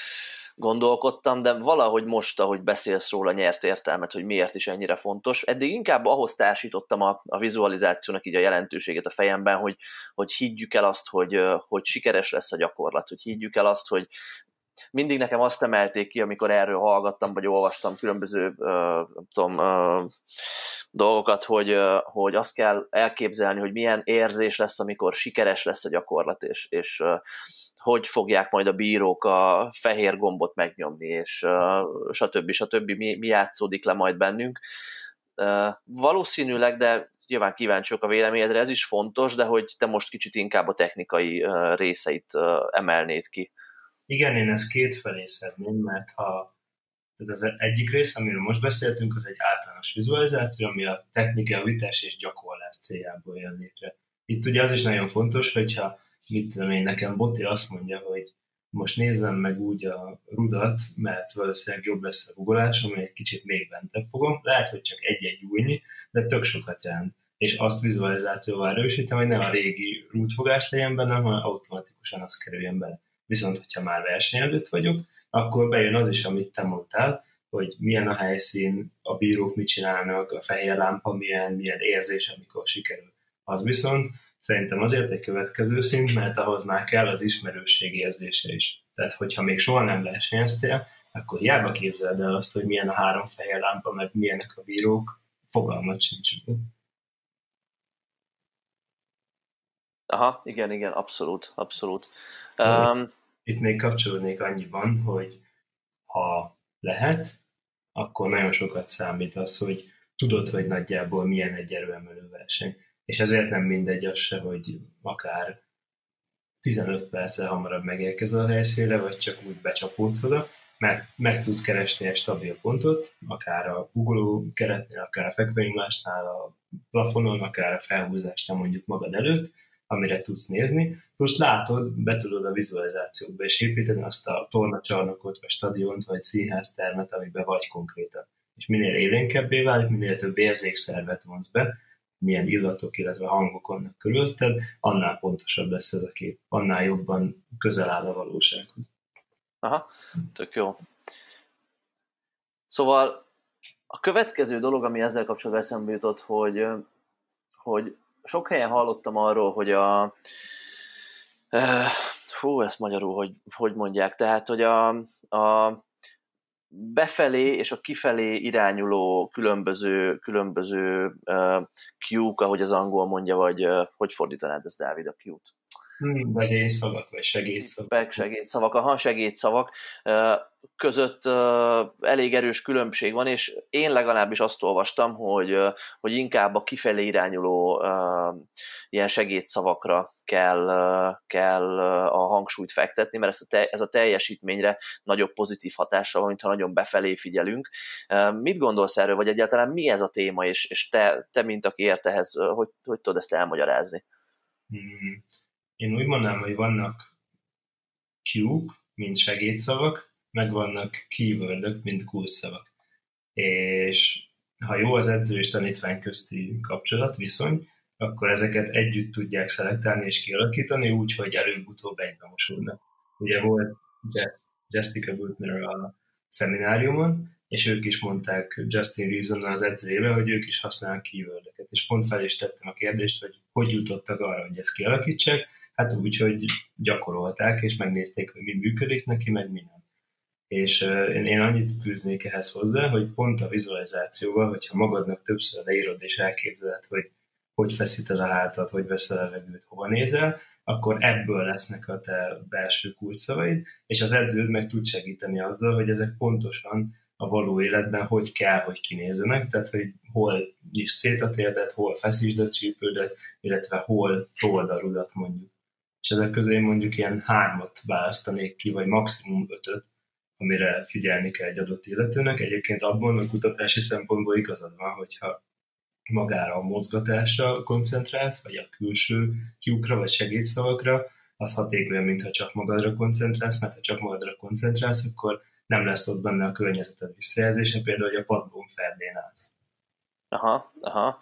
gondolkodtam, de valahogy most, ahogy beszélsz róla, nyert értelmet, hogy miért is ennyire fontos. Eddig inkább ahhoz társítottam a, a vizualizációnak így a jelentőséget a fejemben, hogy, hogy higgyük el azt, hogy, hogy sikeres lesz a gyakorlat, hogy higgyük el azt, hogy mindig nekem azt emelték ki, amikor erről hallgattam, vagy olvastam különböző uh, nem tudom, uh, dolgokat, hogy, uh, hogy azt kell elképzelni, hogy milyen érzés lesz, amikor sikeres lesz a gyakorlat, és, és uh, hogy fogják majd a bírók a fehér gombot megnyomni, és uh, stb. stb. Mi, mi játszódik le majd bennünk. Uh, valószínűleg, de nyilván kíváncsiak a véleményedre, ez is fontos, de hogy te most kicsit inkább a technikai uh, részeit uh, emelnéd ki. Igen, én ezt kétfelé szedném, mert ha tehát az egyik rész, amiről most beszéltünk, az egy általános vizualizáció, ami a technikavitás és gyakorlás céljából jön létre. Itt ugye az is nagyon fontos, hogyha mit tudom én, nekem Boti azt mondja, hogy most nézzem meg úgy a rudat, mert valószínűleg jobb lesz a guggolásom, hogy egy kicsit még bentebb fogom, lehet, hogy csak egy-egy újnyi, de tök sokat jelent. És azt vizualizációval erősítem, hogy nem a régi rúdfogás legyen benne, hanem automatikusan az kerüljön bele. Viszont, hogyha már verseny előtt vagyok, akkor bejön az is, amit te mondtál, hogy milyen a helyszín, a bírók mit csinálnak, a fehér lámpa milyen, milyen érzés, amikor sikerül. Az viszont szerintem azért egy következő szint, mert ahhoz már kell az ismerősség érzése is. Tehát, hogyha még soha nem versenyeztél, akkor hiába képzeld el azt, hogy milyen a három fehér lámpa, meg milyenek a bírók, fogalmat sincs. Aha, igen, igen, abszolút, abszolút. Um, Itt még kapcsolódnék annyiban, hogy ha lehet, akkor nagyon sokat számít az, hogy tudod, hogy nagyjából milyen egy erőemelő verseny. És ezért nem mindegy az se, hogy akár tizenöt perccel hamarabb megérkezel a helyszínre, vagy csak úgy becsapódsz oda, mert meg tudsz keresni egy stabil pontot, akár a guggoló keretnél, akár a fekvőinglásnál, a plafonon, akár a felhúzásnál mondjuk magad előtt, amire tudsz nézni, most látod, be tudod a vizualizációba és építeni azt a tornacsarnokot, vagy stadiont, vagy színháztermet, amiben vagy konkrétan. És minél élénkebbé válik, minél több érzékszervet vonsz be, milyen illatok, illetve hangok vannak körülötted, annál pontosabb lesz ez a kép, annál jobban közel áll a valósághoz. Aha, tök jó. Szóval a következő dolog, ami ezzel kapcsolatban eszembe jutott, hogy, hogy sok helyen hallottam arról, hogy a hú, ezt magyarul, hogy, hogy mondják, tehát, hogy a, a befelé és a kifelé irányuló különböző, különböző uh, cue-k, ahogy az angol mondja, vagy uh, hogy fordítanád ezt, Dávid, a cue-t? Hmm, vezényszavak, vagy segédszavak. Meg segédszavak, aha, segédszavak között elég erős különbség van, és én legalábbis azt olvastam, hogy, hogy inkább a kifelé irányuló ilyen segédszavakra kell, kell a hangsúlyt fektetni, mert ez a, te, ez a teljesítményre nagyobb pozitív hatással van, mintha nagyon befelé figyelünk. Mit gondolsz erről, vagy egyáltalán mi ez a téma, és, és te, te, mint aki ért ehhez, hogy, hogy tudod ezt elmagyarázni? Hmm. Én úgy mondanám, hogy vannak Q-k, mint segédszavak, meg vannak keywordök, mint kulcsszavak. És ha jó az edző és tanítvány közti kapcsolat, viszony, akkor ezeket együtt tudják szelektálni és kialakítani úgy, hogy előbb-utóbb egybe mosulnak. Ugye volt Jessica Butner a szemináriumon, és ők is mondták Justin Reason az edzőjével, hogy ők is használnak keywordöket. És pont fel is tettem a kérdést, hogy hogy jutottak arra, hogy ezt kialakítsák. Hát úgy, hogy gyakorolták, és megnézték, hogy mi működik neki, meg mi nem. És uh, én, én annyit fűznék ehhez hozzá, hogy pont a vizualizációval, hogyha magadnak többször leírod és elképzeled, hogy hogy feszíted a hátad, hogy veszel a levegőt, hova nézel, akkor ebből lesznek a te belső kulcsszavaid, és az edződ meg tud segíteni azzal, hogy ezek pontosan a való életben hogy kell, hogy kinézzenek, tehát hogy hol is szét a térdet, hol feszítsd a csípődet, illetve hol told a rudat mondjuk. És ezek közé mondjuk ilyen hármat választanék ki, vagy maximum ötöt, amire figyelni kell egy adott illetőnek. Egyébként abban a kutatási szempontból igazad van, hogyha magára a mozgatásra koncentrálsz, vagy a külső kiukra, vagy segédszavakra, az hatékonyan, mintha csak magadra koncentrálsz, mert ha csak magadra koncentrálsz, akkor nem lesz ott benne a környezeted visszajelzése, például, hogy a padlón ferdén állsz. Aha, aha.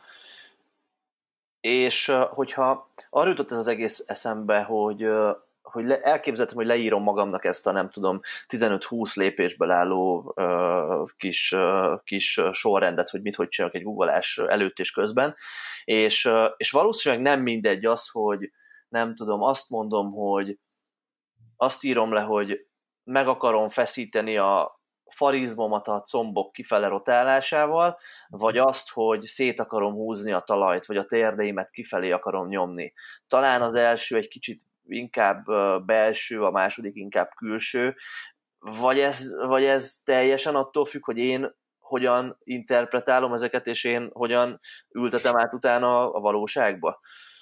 És hogyha arra jutott ez az egész eszembe, hogy, hogy le, elképzeltem, hogy leírom magamnak ezt a nem tudom tizenöt-húsz lépésből álló uh, kis, uh, kis sorrendet, hogy mit hogy csinálok egy googolás előtt és közben, és, uh, és valószínűleg nem mindegy az, hogy nem tudom, azt mondom, hogy azt írom le, hogy meg akarom feszíteni a farizmomat a combok kifele rotálásával, vagy azt, hogy szét akarom húzni a talajt, vagy a térdeimet kifelé akarom nyomni. Talán az első egy kicsit inkább belső, a második inkább külső, vagy ez, vagy ez teljesen attól függ, hogy én hogyan interpretálom ezeket, és én hogyan ültetem át utána a valóságba.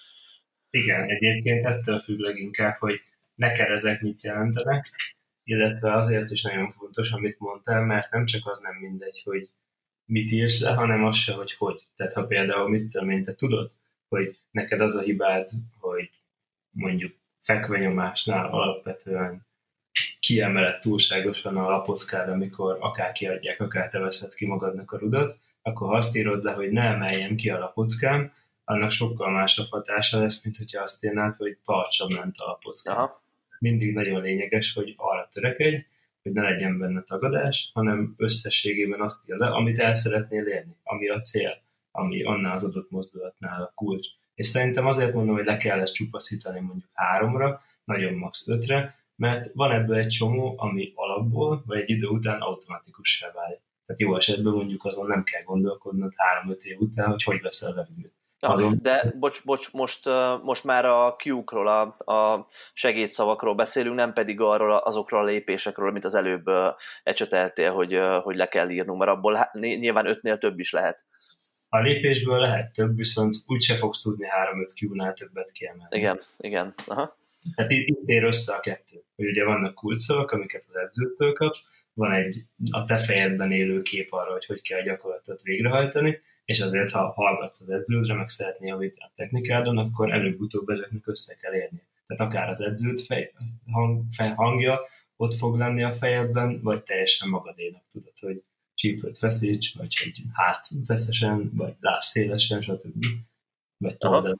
Igen, egyébként ettől függ leginkább, hogy neked ezek mit jelentenek, illetve azért is nagyon fontos, amit mondtál, mert nem csak az nem mindegy, hogy mit írsz le, hanem az se, hogy hogy. Tehát ha például mit tudom én, te tudod, hogy neked az a hibád, hogy mondjuk fekvenyomásnál alapvetően kiemeled túlságosan a lapockád, amikor akár kiadják, akár te veszed ki magadnak a rudat, akkor ha azt írod le, hogy ne emeljem ki a lapockám, annak sokkal másabb hatása lesz, mint hogyha azt írnád, hogy tartsam ment a lapockám. Aha. Mindig nagyon lényeges, hogy arra törekedj, hogy ne legyen benne tagadás, hanem összességében azt ír le, amit el szeretnél érni, ami a cél, ami annál az adott mozdulatnál a kulcs. És szerintem azért mondom, hogy le kell ezt csupaszítani mondjuk háromra, nagyon max. ötre, mert van ebből egy csomó, ami alapból, vagy egy idő után automatikussá válik. Tehát jó esetben mondjuk azon nem kell gondolkodnod három-öt év után, hogy hogy veszel a levegőt. Azon... De bocs, bocs most, most már a Q-król, a, a segédszavakról beszélünk, nem pedig arról azokról a lépésekről, amit az előbb ecseteltél, hogy, hogy le kell írnunk, mert abból nyilván ötnél több is lehet. A lépésből lehet több, viszont úgyse fogsz tudni három-öt Q-nál többet kiemelni. Igen, igen. Aha. Tehát itt, itt ér össze a kettő. Hogy ugye vannak kulcsszavak, amiket az edzőtől kapsz, van egy a te fejedben élő kép arra, hogy hogy kell a gyakorlatot végrehajtani, és azért, ha hallgatsz az edződre, meg szeretnél javítani a technikádon, akkor előbb-utóbb ezeknek össze kell érni. Tehát akár az edződ fej, hang, fej, hangja ott fog lenni a fejedben, vagy teljesen magadénak tudod, hogy csípőt feszíts, vagy hogy hát feszesen, vagy lábszélesen, stb. Vagy toldal.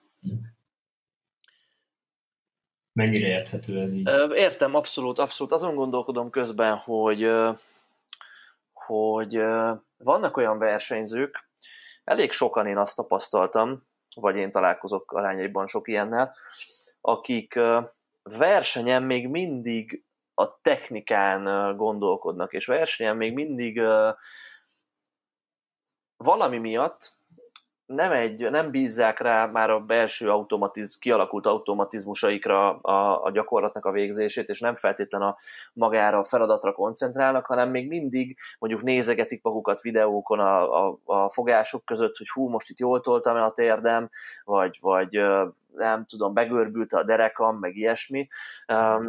Mennyire érthető ez így? Értem, abszolút, abszolút. Azon gondolkodom közben, hogy, hogy vannak olyan versenyzők, elég sokan én azt tapasztaltam, vagy én találkozok a lányaiban sok ilyennel, akik versenyen még mindig a technikán gondolkodnak, és versenyen még mindig valami miatt nem, egy, nem bízzák rá már a belső automatiz, kialakult automatizmusaikra a, a gyakorlatnak a végzését, és nem feltétlen a magára a feladatra koncentrálnak, hanem még mindig mondjuk nézegetik magukat videókon a, a, a fogások között, hogy hú, most itt jól toltam-e a térdem, vagy, vagy nem tudom, begörbült a derekam, meg ilyesmi. Um,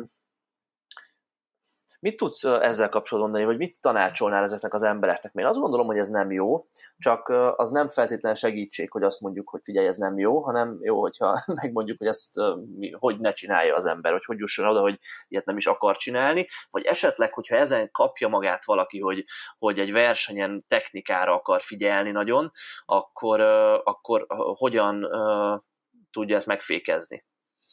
Mit tudsz ezzel kapcsolatban mondani, vagy mit tanácsolnál ezeknek az embereknek? Én azt gondolom, hogy ez nem jó, csak az nem feltétlenül segítség, hogy azt mondjuk, hogy figyelj, ez nem jó, hanem jó, hogyha megmondjuk, hogy ezt hogy ne csinálja az ember, hogy hogy jusson oda, hogy ilyet nem is akar csinálni, vagy esetleg, hogyha ezen kapja magát valaki, hogy, hogy egy versenyen technikára akar figyelni nagyon, akkor, akkor hogyan tudja ezt megfékezni?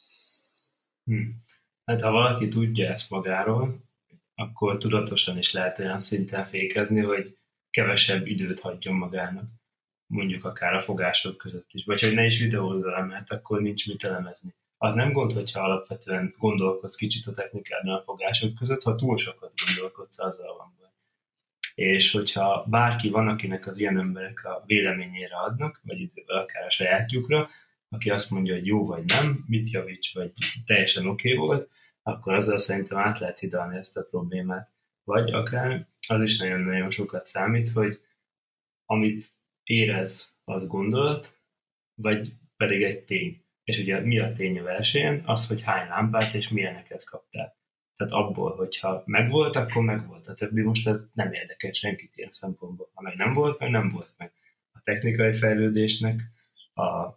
Hmm. Hát ha valaki tudja ezt magáról, akkor tudatosan is lehet olyan szinten fékezni, hogy kevesebb időt hagyjon magának, mondjuk akár a fogások között is, vagy hogy ne is videózza le, mert akkor nincs mit elemezni. Az nem gond, hogyha alapvetően gondolkodsz kicsit a technikádnál a fogások között, ha túl sokat gondolkodsz, azzal van baj. És hogyha bárki van, akinek az ilyen emberek a véleményére adnak, vagy idővel akár a sajátjukra, aki azt mondja, hogy jó vagy nem, mit javíts, vagy teljesen oké okay volt, akkor azzal szerintem át lehet hidalni ezt a problémát. Vagy akár az is nagyon-nagyon sokat számít, hogy amit érez, az gondolat, vagy pedig egy tény. És ugye mi a tény a versenyen? Az, hogy hány lámpát és milyeneket kaptál. Tehát abból, hogyha megvolt, akkor megvolt. A többi most ez nem érdekel senkit ilyen szempontból. Ha meg nem volt, meg nem volt meg. A technikai fejlődésnek a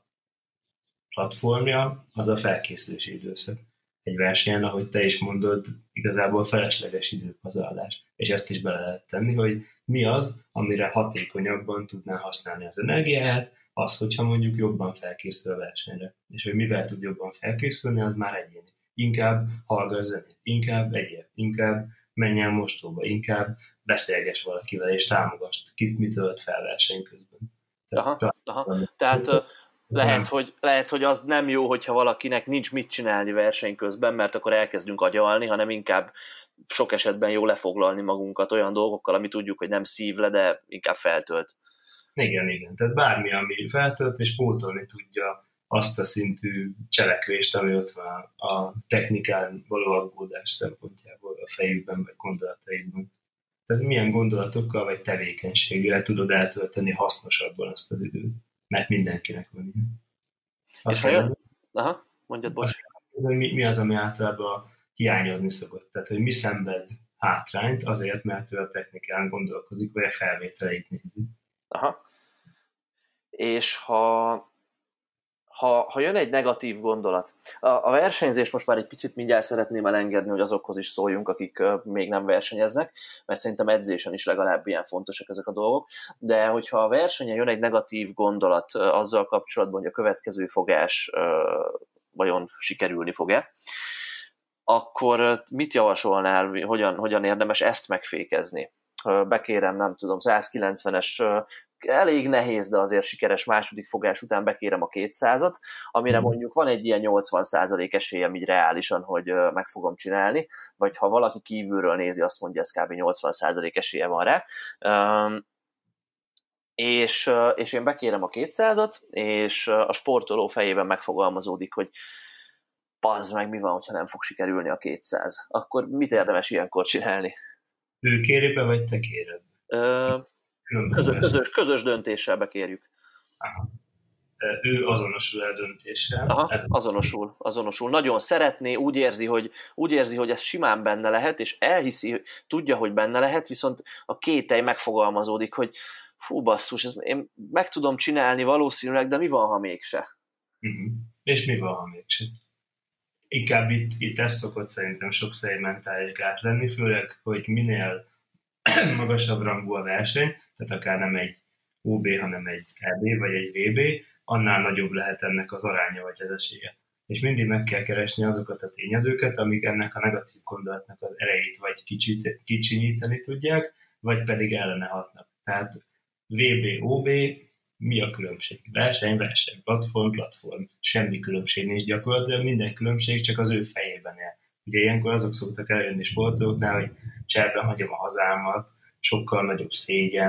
platformja az a felkészülési időszak. Egy versenyen, ahogy te is mondod, igazából felesleges időpazarlás. És ezt is bele lehet tenni, hogy mi az, amire hatékonyabban tudná használni az energiáját, az, hogyha mondjuk jobban felkészül a versenyre. És hogy mivel tud jobban felkészülni, az már egyéni. Inkább hallgass zenét, inkább egyéb, inkább menj el mostóba, inkább beszélgess valakivel, és támogass, kit mit ölt fel verseny közben. Tehát, aha, aha. Tehát lehet hogy, lehet, hogy az nem jó, hogyha valakinek nincs mit csinálni verseny közben, mert akkor elkezdünk agyalni, hanem inkább sok esetben jó lefoglalni magunkat olyan dolgokkal, ami tudjuk, hogy nem szív le, de inkább feltölt. Igen, igen. Tehát bármi, ami feltölt, és pótolni tudja azt a szintű cselekvést, ami ott van a technikán való aggódás szempontjából a fejükben, vagy gondolataikban. Tehát milyen gondolatokkal, vagy tevékenységgel tudod eltölteni hasznosabban azt az időt. Mert mindenkinek van ilyen. Azt mondjad? Aha, mondjad, bocs. Hogy mi, mi az, ami általában hiányozni szokott. Tehát, hogy mi szenved hátrányt azért, mert ő a technikán gondolkozik, vagy a felvételeit nézi. Aha. És ha, ha, ha jön egy negatív gondolat, a, a versenyzést most már egy picit mindjárt szeretném elengedni, hogy azokhoz is szóljunk, akik uh, még nem versenyeznek, mert szerintem edzésen is legalább ilyen fontosak ezek a dolgok, de hogyha a versenyen jön egy negatív gondolat uh, azzal kapcsolatban, hogy a következő fogás uh, vajon sikerülni fog-e, akkor uh, mit javasolnál, hogyan, hogyan érdemes ezt megfékezni? Uh, bekérem, nem tudom, száz kilencvenes uh, elég nehéz, de azért sikeres második fogás után bekérem a kétszázat, amire mondjuk van egy ilyen nyolcvan százalék esélyem így reálisan, hogy meg fogom csinálni, vagy ha valaki kívülről nézi, azt mondja, ez kb. nyolcvan százalék esélye van rá. És, és én bekérem a kétszázat, és a sportoló fejében megfogalmazódik, hogy pazd meg, mi van, hogyha nem fog sikerülni a kétszáz. Akkor mit érdemes ilyenkor csinálni? Ő kéri be, vagy te kéred? Ö, közös, közös, közös döntéssel bekérjük. Aha. Ő azonosul el döntéssel. Aha, Ez azonosul, azonosul. Nagyon szeretné, úgy érzi, hogy, úgy érzi, hogy ez simán benne lehet, és elhiszi, tudja, hogy benne lehet, viszont a kételj megfogalmazódik, hogy fú basszus, ez én meg tudom csinálni valószínűleg, de mi van, ha mégse? Uh-huh. És mi van, ha mégse? Inkább itt, itt ez szokott szerintem sokszor egy mentális gát lenni, főleg, hogy minél magasabb rangú a verseny, tehát akár nem egy o bé, hanem egy é bé vagy egy vé bé, annál nagyobb lehet ennek az aránya vagy az esélye. És mindig meg kell keresni azokat a tényezőket, amik ennek a negatív gondolatnak az erejét vagy kicsit, kicsinyíteni tudják, vagy pedig ellene hatnak. Tehát vé bé, o bé, mi a különbség? Verseny, verseny, platform, platform. Semmi különbség nincs gyakorlatilag, minden különbség csak az ő fejében él. Ugye ilyenkor azok szoktak eljönni sportolóknál, hogy cserben hagyom a hazámat, sokkal nagyobb szégyen,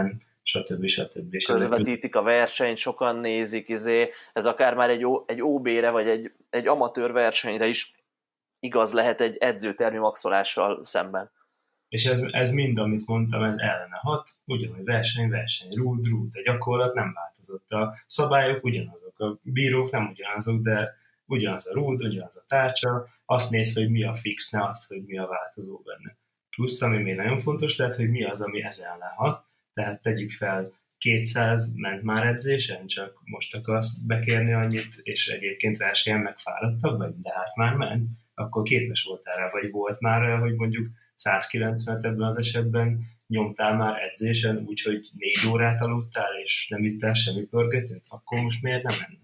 stb. stb. Közvetítik a versenyt, sokan nézik, izé. Ez akár már egy, egy ó bé-re, vagy egy, egy amatőr versenyre is igaz lehet egy edzőtermi maxolással szemben. És ez, ez mind, amit mondtam, ez ellene hat, ugyanúgy verseny, verseny, rúd, rúd, a gyakorlat nem változott, a szabályok ugyanazok, a bírók nem ugyanazok, de ugyanaz a rúd, ugyanaz a tárcsa, azt néz, hogy mi a fix, ne azt, hogy mi a változó benne. Plusz, ami még nagyon fontos lehet, hogy mi az, ami ez ellen hat, tehát tegyük fel, kétszáz ment már edzésen, csak most akarsz bekérni annyit, és egyébként versenyen megfáradtabb vagy, de hát már ment, akkor képes voltál rá, vagy volt már rá, hogy mondjuk száz kilencvenet ebben az esetben nyomtál már edzésen, úgyhogy négy órát aludtál, és nem ittál semmi pörgetőt, akkor most miért nem menne?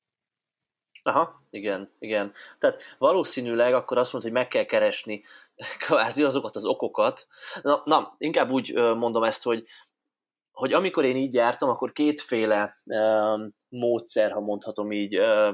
Aha, igen, igen. Tehát valószínűleg akkor azt mondod, hogy meg kell keresni kvázi azokat az okokat. Na, na inkább úgy mondom ezt, hogy, hogy amikor én így jártam, akkor kétféle uh, módszer, ha mondhatom így, uh,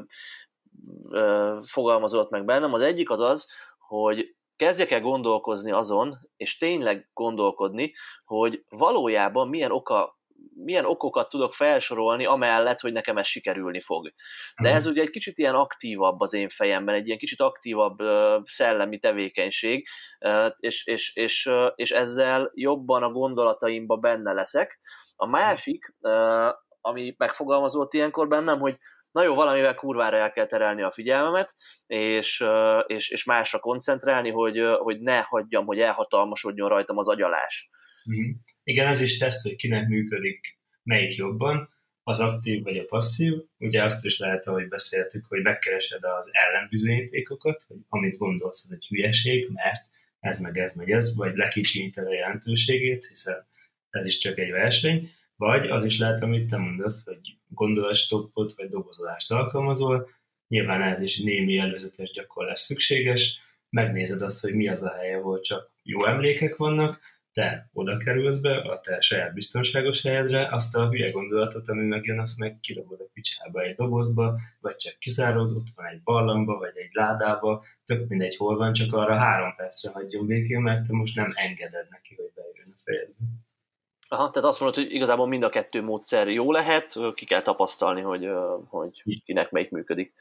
uh, fogalmazott meg bennem. Az egyik az az, hogy kezdjek el gondolkozni azon, és tényleg gondolkodni, hogy valójában milyen oka milyen okokat tudok felsorolni, amellett, hogy nekem ez sikerülni fog. De ez ugye egy kicsit ilyen aktívabb az én fejemben, egy ilyen kicsit aktívabb uh, szellemi tevékenység, uh, és, és, és, uh, és ezzel jobban a gondolataimba benne leszek. A másik, uh, ami megfogalmazott ilyenkor bennem, hogy na jó, valamivel kurvára el kell terelni a figyelmemet, és, uh, és, és másra koncentrálni, hogy, uh, hogy ne hagyjam, hogy elhatalmasodjon rajtam az agyalás. Mm. Igen, ez is teszt, hogy kinek működik melyik jobban, az aktív vagy a passzív. Ugye azt is lehet, ahogy beszéltük, hogy megkeresed az ellenbizonyítékokat, hogy amit gondolsz, az egy hülyeség, mert ez meg ez meg ez, vagy lekicsiníted a jelentőségét, hiszen ez is csak egy verseny, vagy az is lehet, amit te mondasz, hogy gondolatstoppot vagy dobozolást alkalmazol, nyilván ez is némi előzetes gyakorlás szükséges, megnézed azt, hogy mi az a hely, ahol csak jó emlékek vannak, te oda kerülsz be a te saját biztonságos helyedre, azt a hülye gondolatot, ami megjön, azt meg kirobod a picsába egy dobozba, vagy csak kizárod, ott van egy barlangba, vagy egy ládába, tök mindegy hol van, csak arra három percre hagyjon békén, mert te most nem engeded neki, hogy bejön a fejedbe. Aha, tehát azt mondod, hogy igazából mind a kettő módszer jó lehet, ki kell tapasztalni, hogy, hogy kinek melyik működik.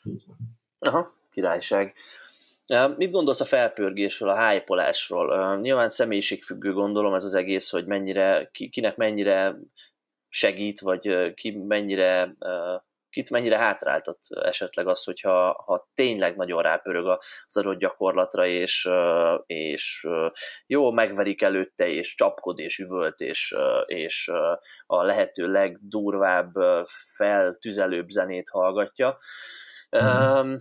Aha, királyság. Mit gondolsz a felpörgésről, a hype-olásról? Nyilván személyiségfüggő, gondolom ez az egész, hogy mennyire, kinek mennyire segít, vagy ki mennyire, kit mennyire hátráltat esetleg az, hogyha ha tényleg nagyon rápörög az adott gyakorlatra, és, és jó, megverik előtte, és csapkod, és üvölt, és, és a lehető legdurvább, feltüzelőbb zenét hallgatja. Mm.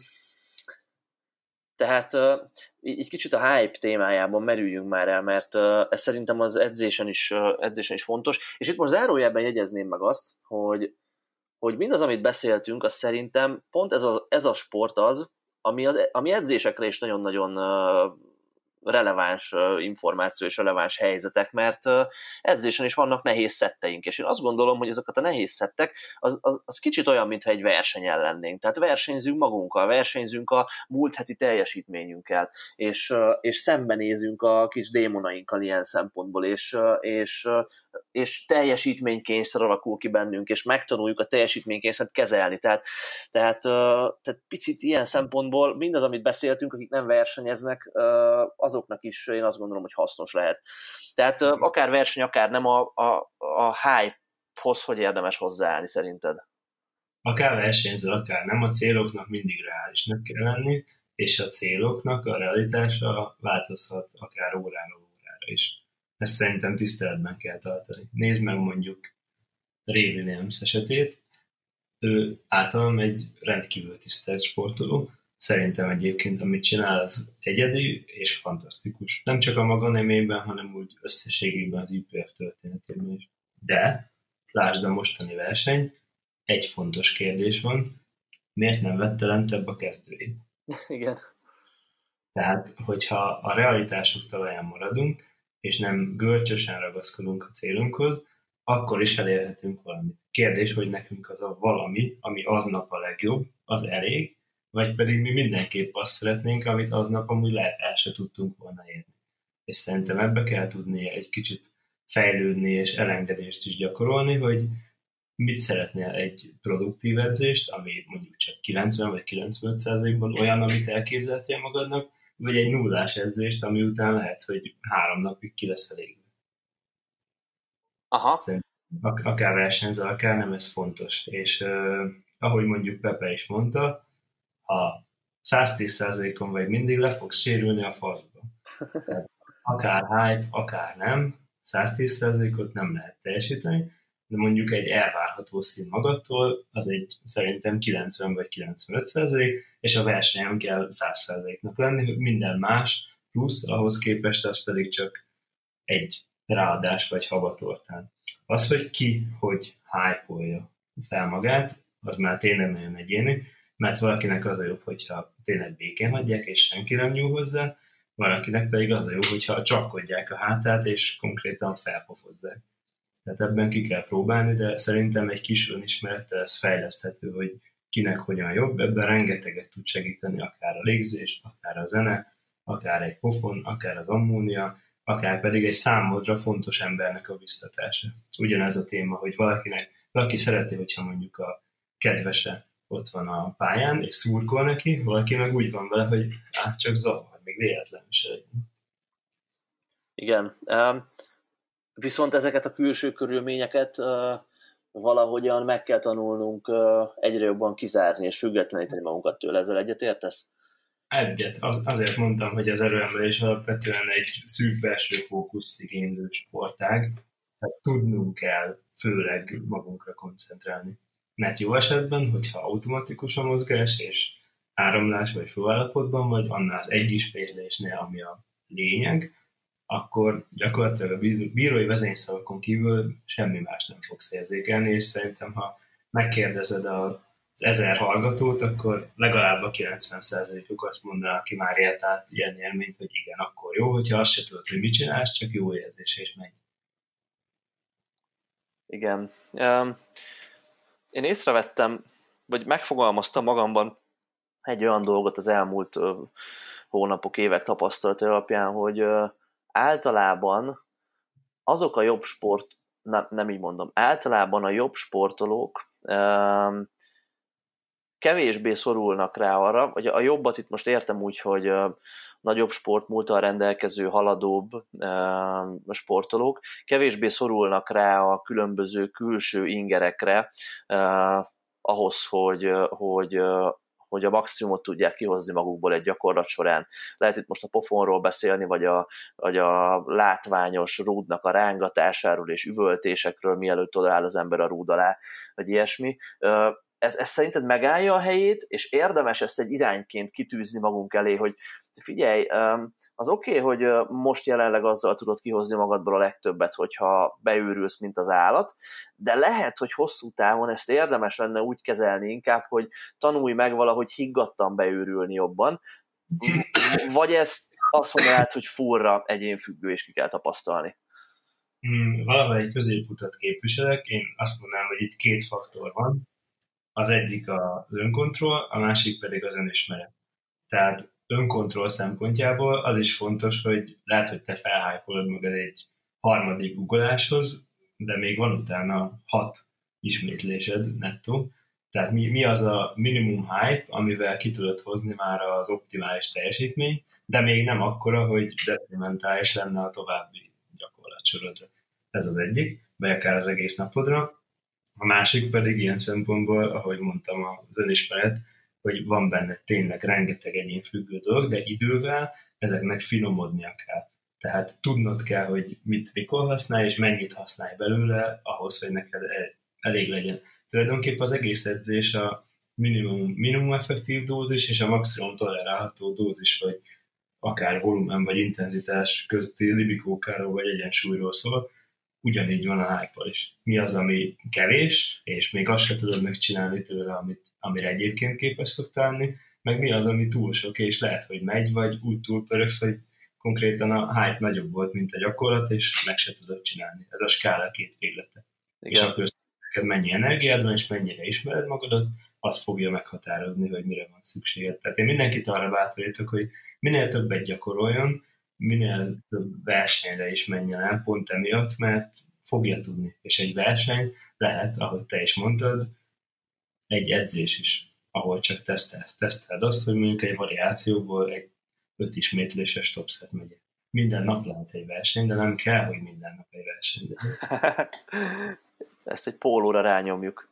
Tehát uh, így kicsit a hype témájában merüljünk már el, mert uh, ez szerintem az edzésen is, uh, edzésen is fontos. És itt most zárójelben jegyezném meg azt, hogy, hogy mindaz, amit beszéltünk, az szerintem pont ez a, ez a sport az, ami, az, ami edzésekre is nagyon-nagyon uh, releváns uh, információ és releváns helyzetek, mert uh, edzésen is vannak nehéz szetteink, és én azt gondolom, hogy ezeket a nehéz szettek, az, az, az kicsit olyan, mintha egy versenyen lennénk. Tehát versenyzünk magunkkal, versenyzünk a múlt heti teljesítményünkkel, és, uh, és szembenézünk a kis démonainkkal ilyen szempontból, és, uh, és, uh, és teljesítménykényszer alakul ki bennünk, és megtanuljuk a teljesítménykényszert kezelni. Tehát, tehát, uh, tehát picit ilyen szempontból mindaz, amit beszéltünk, akik nem versenyeznek, uh, azoknak is én azt gondolom, hogy hasznos lehet. Tehát uh, akár verseny, akár nem, a, a, a hype-hoz hogy érdemes hozzáállni szerinted? Akár versenyző, akár nem, a céloknak mindig reálisnak kell lenni, és a céloknak a realitása változhat akár óráról órára is. Ezt szerintem tiszteletben kell tartani. Nézd meg mondjuk Ray Williams esetét, ő általam egy rendkívül tisztelt sportoló. Szerintem egyébként, amit csinál, az egyedi és fantasztikus. Nem csak a maga nemében, hanem úgy összességében az i pé ef történetében is. De, lásd a mostani verseny, egy fontos kérdés van, miért nem vette lentebb a kezdőjét? Igen. Tehát, hogyha a realitások talaján maradunk, és nem görcsösen ragaszkodunk a célunkhoz, akkor is elérhetünk valamit. Kérdés, hogy nekünk az a valami, ami aznap a legjobb, az elég, vagy pedig mi mindenképp azt szeretnénk, amit aznap amúgy lehet el se tudtunk volna érni. És szerintem ebbe kell tudni egy kicsit fejlődni és elengedést is gyakorolni, hogy mit szeretnél egy produktív edzést, ami mondjuk csak kilencven vagy kilencvenöt százalékban olyan, amit elképzeltél magadnak, vagy egy nullás edzést, ami után lehet, hogy három napig ki lesz elég. Aha. Szerintem akár versenyzel, akár nem, ez fontos. És uh, ahogy mondjuk Pepe is mondta, ha száz tíz százalékon vagy mindig, le fogsz sérülni a faszba. Tehát akár hype, akár nem, száz tíz százalékot nem lehet teljesíteni, de mondjuk egy elvárható szín magadtól, az egy szerintem kilencven vagy kilencvenöt százalék, és a versenyen kell száz százaléknak lenni, hogy minden más plusz, ahhoz képest az pedig csak egy ráadás vagy habatortán. Az, hogy ki, hogy hype-olja fel magát, az már tényleg nagyon egyéni, mert valakinek az a jobb, hogyha tényleg békén hagyják, és senki nem nyúl hozzá, valakinek pedig az a jó, hogyha csakkodják a hátát, és konkrétan felpofozzák. Tehát ebben ki kell próbálni, de szerintem egy kis önismerettel ez fejleszthető, hogy kinek hogyan jobb, ebben rengeteget tud segíteni, akár a légzés, akár a zene, akár egy pofon, akár az ammónia, akár pedig egy számodra fontos embernek a biztatása. Ugyanez a téma, hogy valakinek, valaki szereti, hogyha mondjuk a kedvese ott van a pályán, és szurkol neki, valaki meg úgy van vele, hogy át csak zavar, még véletlenül se legyen. Igen. Um, viszont ezeket a külső körülményeket uh, valahogyan meg kell tanulnunk uh, egyre jobban kizárni, és függetleníteni magunkat tőle. Ezzel egyetértesz? Egyet. Az, azért mondtam, hogy az erőemelés alapvetően egy szűk belső fókuszt igénylő sportág. Tehát tudnunk kell főleg magunkra koncentrálni. Mert jó esetben, hogyha automatikus a mozgás, és áramlás vagy főállapotban vagy, annál az egyismétlésnél, ami a lényeg, akkor gyakorlatilag a bírói vezényszavakon kívül semmi más nem fogsz érzékelni, és szerintem, ha megkérdezed a az ezer hallgatót, akkor legalább a kilencven százalékuk azt mondaná, aki már élt át ilyen élményt, hogy igen, akkor jó, hogyha azt se tudod, hogy mit csinálsz, csak jó érzés, és megy. Igen. Um, én észrevettem, vagy megfogalmaztam magamban egy olyan dolgot az elmúlt uh, hónapok, évek tapasztalata alapján, hogy uh, általában azok a jobb sport, nem, nem így mondom, általában a jobb sportolók um, kevésbé szorulnak rá arra, vagy a jobbat itt most értem úgy, hogy uh, nagyobb sportmúlttal rendelkező, haladóbb uh, sportolók kevésbé szorulnak rá a különböző külső ingerekre uh, ahhoz, hogy, uh, hogy, uh, hogy a maximumot tudják kihozni magukból egy gyakorlat során. Lehet itt most a pofonról beszélni, vagy a, vagy a látványos rúdnak a rángatásáról és üvöltésekről, mielőtt odaáll az ember a rúd alá, vagy ilyesmi. Uh, Ez, ez szerinted megállja a helyét, és érdemes ezt egy irányként kitűzni magunk elé, hogy figyelj, az oké, okay, hogy most jelenleg azzal tudod kihozni magadból a legtöbbet, hogyha beőrülsz, mint az állat, de lehet, hogy hosszú távon ezt érdemes lenne úgy kezelni inkább, hogy tanulj meg valahogy higgadtan beőrülni jobban, vagy ezt azt mondanád, hogy furra egyénfüggő, és ki kell tapasztalni. Hmm, valahol egy középutat képviselek, én azt mondanám, hogy itt két faktor van. Az egyik az önkontroll, a másik pedig az önismeret. Tehát önkontroll szempontjából az is fontos, hogy lehet, hogy te felhájpolod magad egy harmadik guggoláshoz, de még van utána hat ismétlésed nettó. Tehát mi, mi az a minimum hype, amivel ki tudod hozni már az optimális teljesítmény, de még nem akkora, hogy detrimentális lenne a további gyakorlatsorodra. Ez az egyik, vagy akár az egész napodra. A másik pedig ilyen szempontból, ahogy mondtam, az önismeret, hogy van benne tényleg rengeteg egyénfüggő dolog, de idővel ezeknek finomodnia kell. Tehát tudnod kell, hogy mit mikor használj, és mennyit használj belőle, ahhoz, hogy neked elég legyen. Tulajdonképpen az egész edzés a minimum, minimum effektív dózis és a maximum tolerálható dózis, vagy akár volumen vagy intenzitás közti libikókáról vagy egyensúlyról szól. Ugyanígy van a hype-val is. Mi az, ami kevés, és még azt se tudod megcsinálni tőle, amit, amire egyébként képes szoktál lenni, meg mi az, ami túl sok, és lehet, hogy megy, vagy úgy túlpöröksz, hogy konkrétan a hype nagyobb volt, mint a gyakorlat, és meg se tudod csinálni. Ez a skála két véglete. És akkor neked mennyi energiád van, és mennyire ismered magadat, az fogja meghatározni, hogy mire van szükséged. Tehát én mindenkit arra bátorítok, hogy minél többet gyakoroljon, minél több versenyre is menjen el, pont emiatt, mert fogja tudni. És egy verseny lehet, ahogy te is mondtad, egy edzés is, ahol csak teszteled, teszteled azt, hogy mondjuk egy variációból egy öt ismétléses topset megy. Minden nap lehet egy verseny, de nem kell, hogy minden nap egy verseny. Ezt egy pólóra rányomjuk.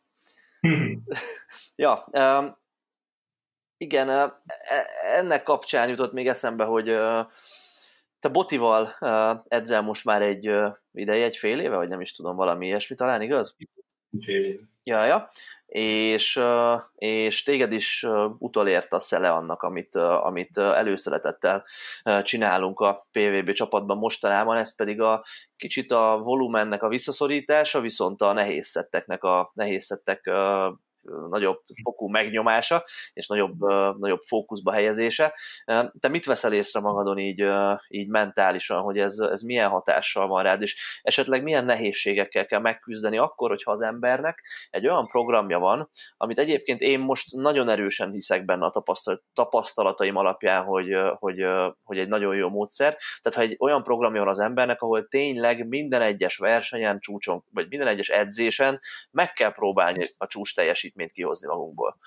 Ja, um, igen, uh, ennek kapcsán jutott még eszembe, hogy uh, te Botival uh, edzel most már egy uh, ideje, egy fél éve, vagy nem is tudom, valami ilyesmi talán, igaz? Fél éve. Ja, ja. És, uh, és téged is uh, utolért a szele annak, amit, uh, amit uh, előszeretettel uh, csinálunk a pé vé bé csapatban mostanában, ez pedig a kicsit a volumennek a visszaszorítása, viszont a nehézszetteknek a nehézszettek uh, nagyobb fokú megnyomása, és nagyobb, uh, nagyobb fókuszba helyezése. Uh, te mit veszel észre magadon így, uh, így mentálisan, hogy ez, ez milyen hatással van rád, és esetleg milyen nehézségekkel kell megküzdeni akkor, hogyha az embernek egy olyan programja van, amit egyébként én most nagyon erősen hiszek benne a tapasztal- tapasztalataim alapján, hogy, hogy, hogy egy nagyon jó módszer. Tehát ha egy olyan programja van az embernek, ahol tényleg minden egyes versenyen, csúcson, vagy minden egyes edzésen meg kell próbálni a csúcs teljesítményt kihozni magunkból.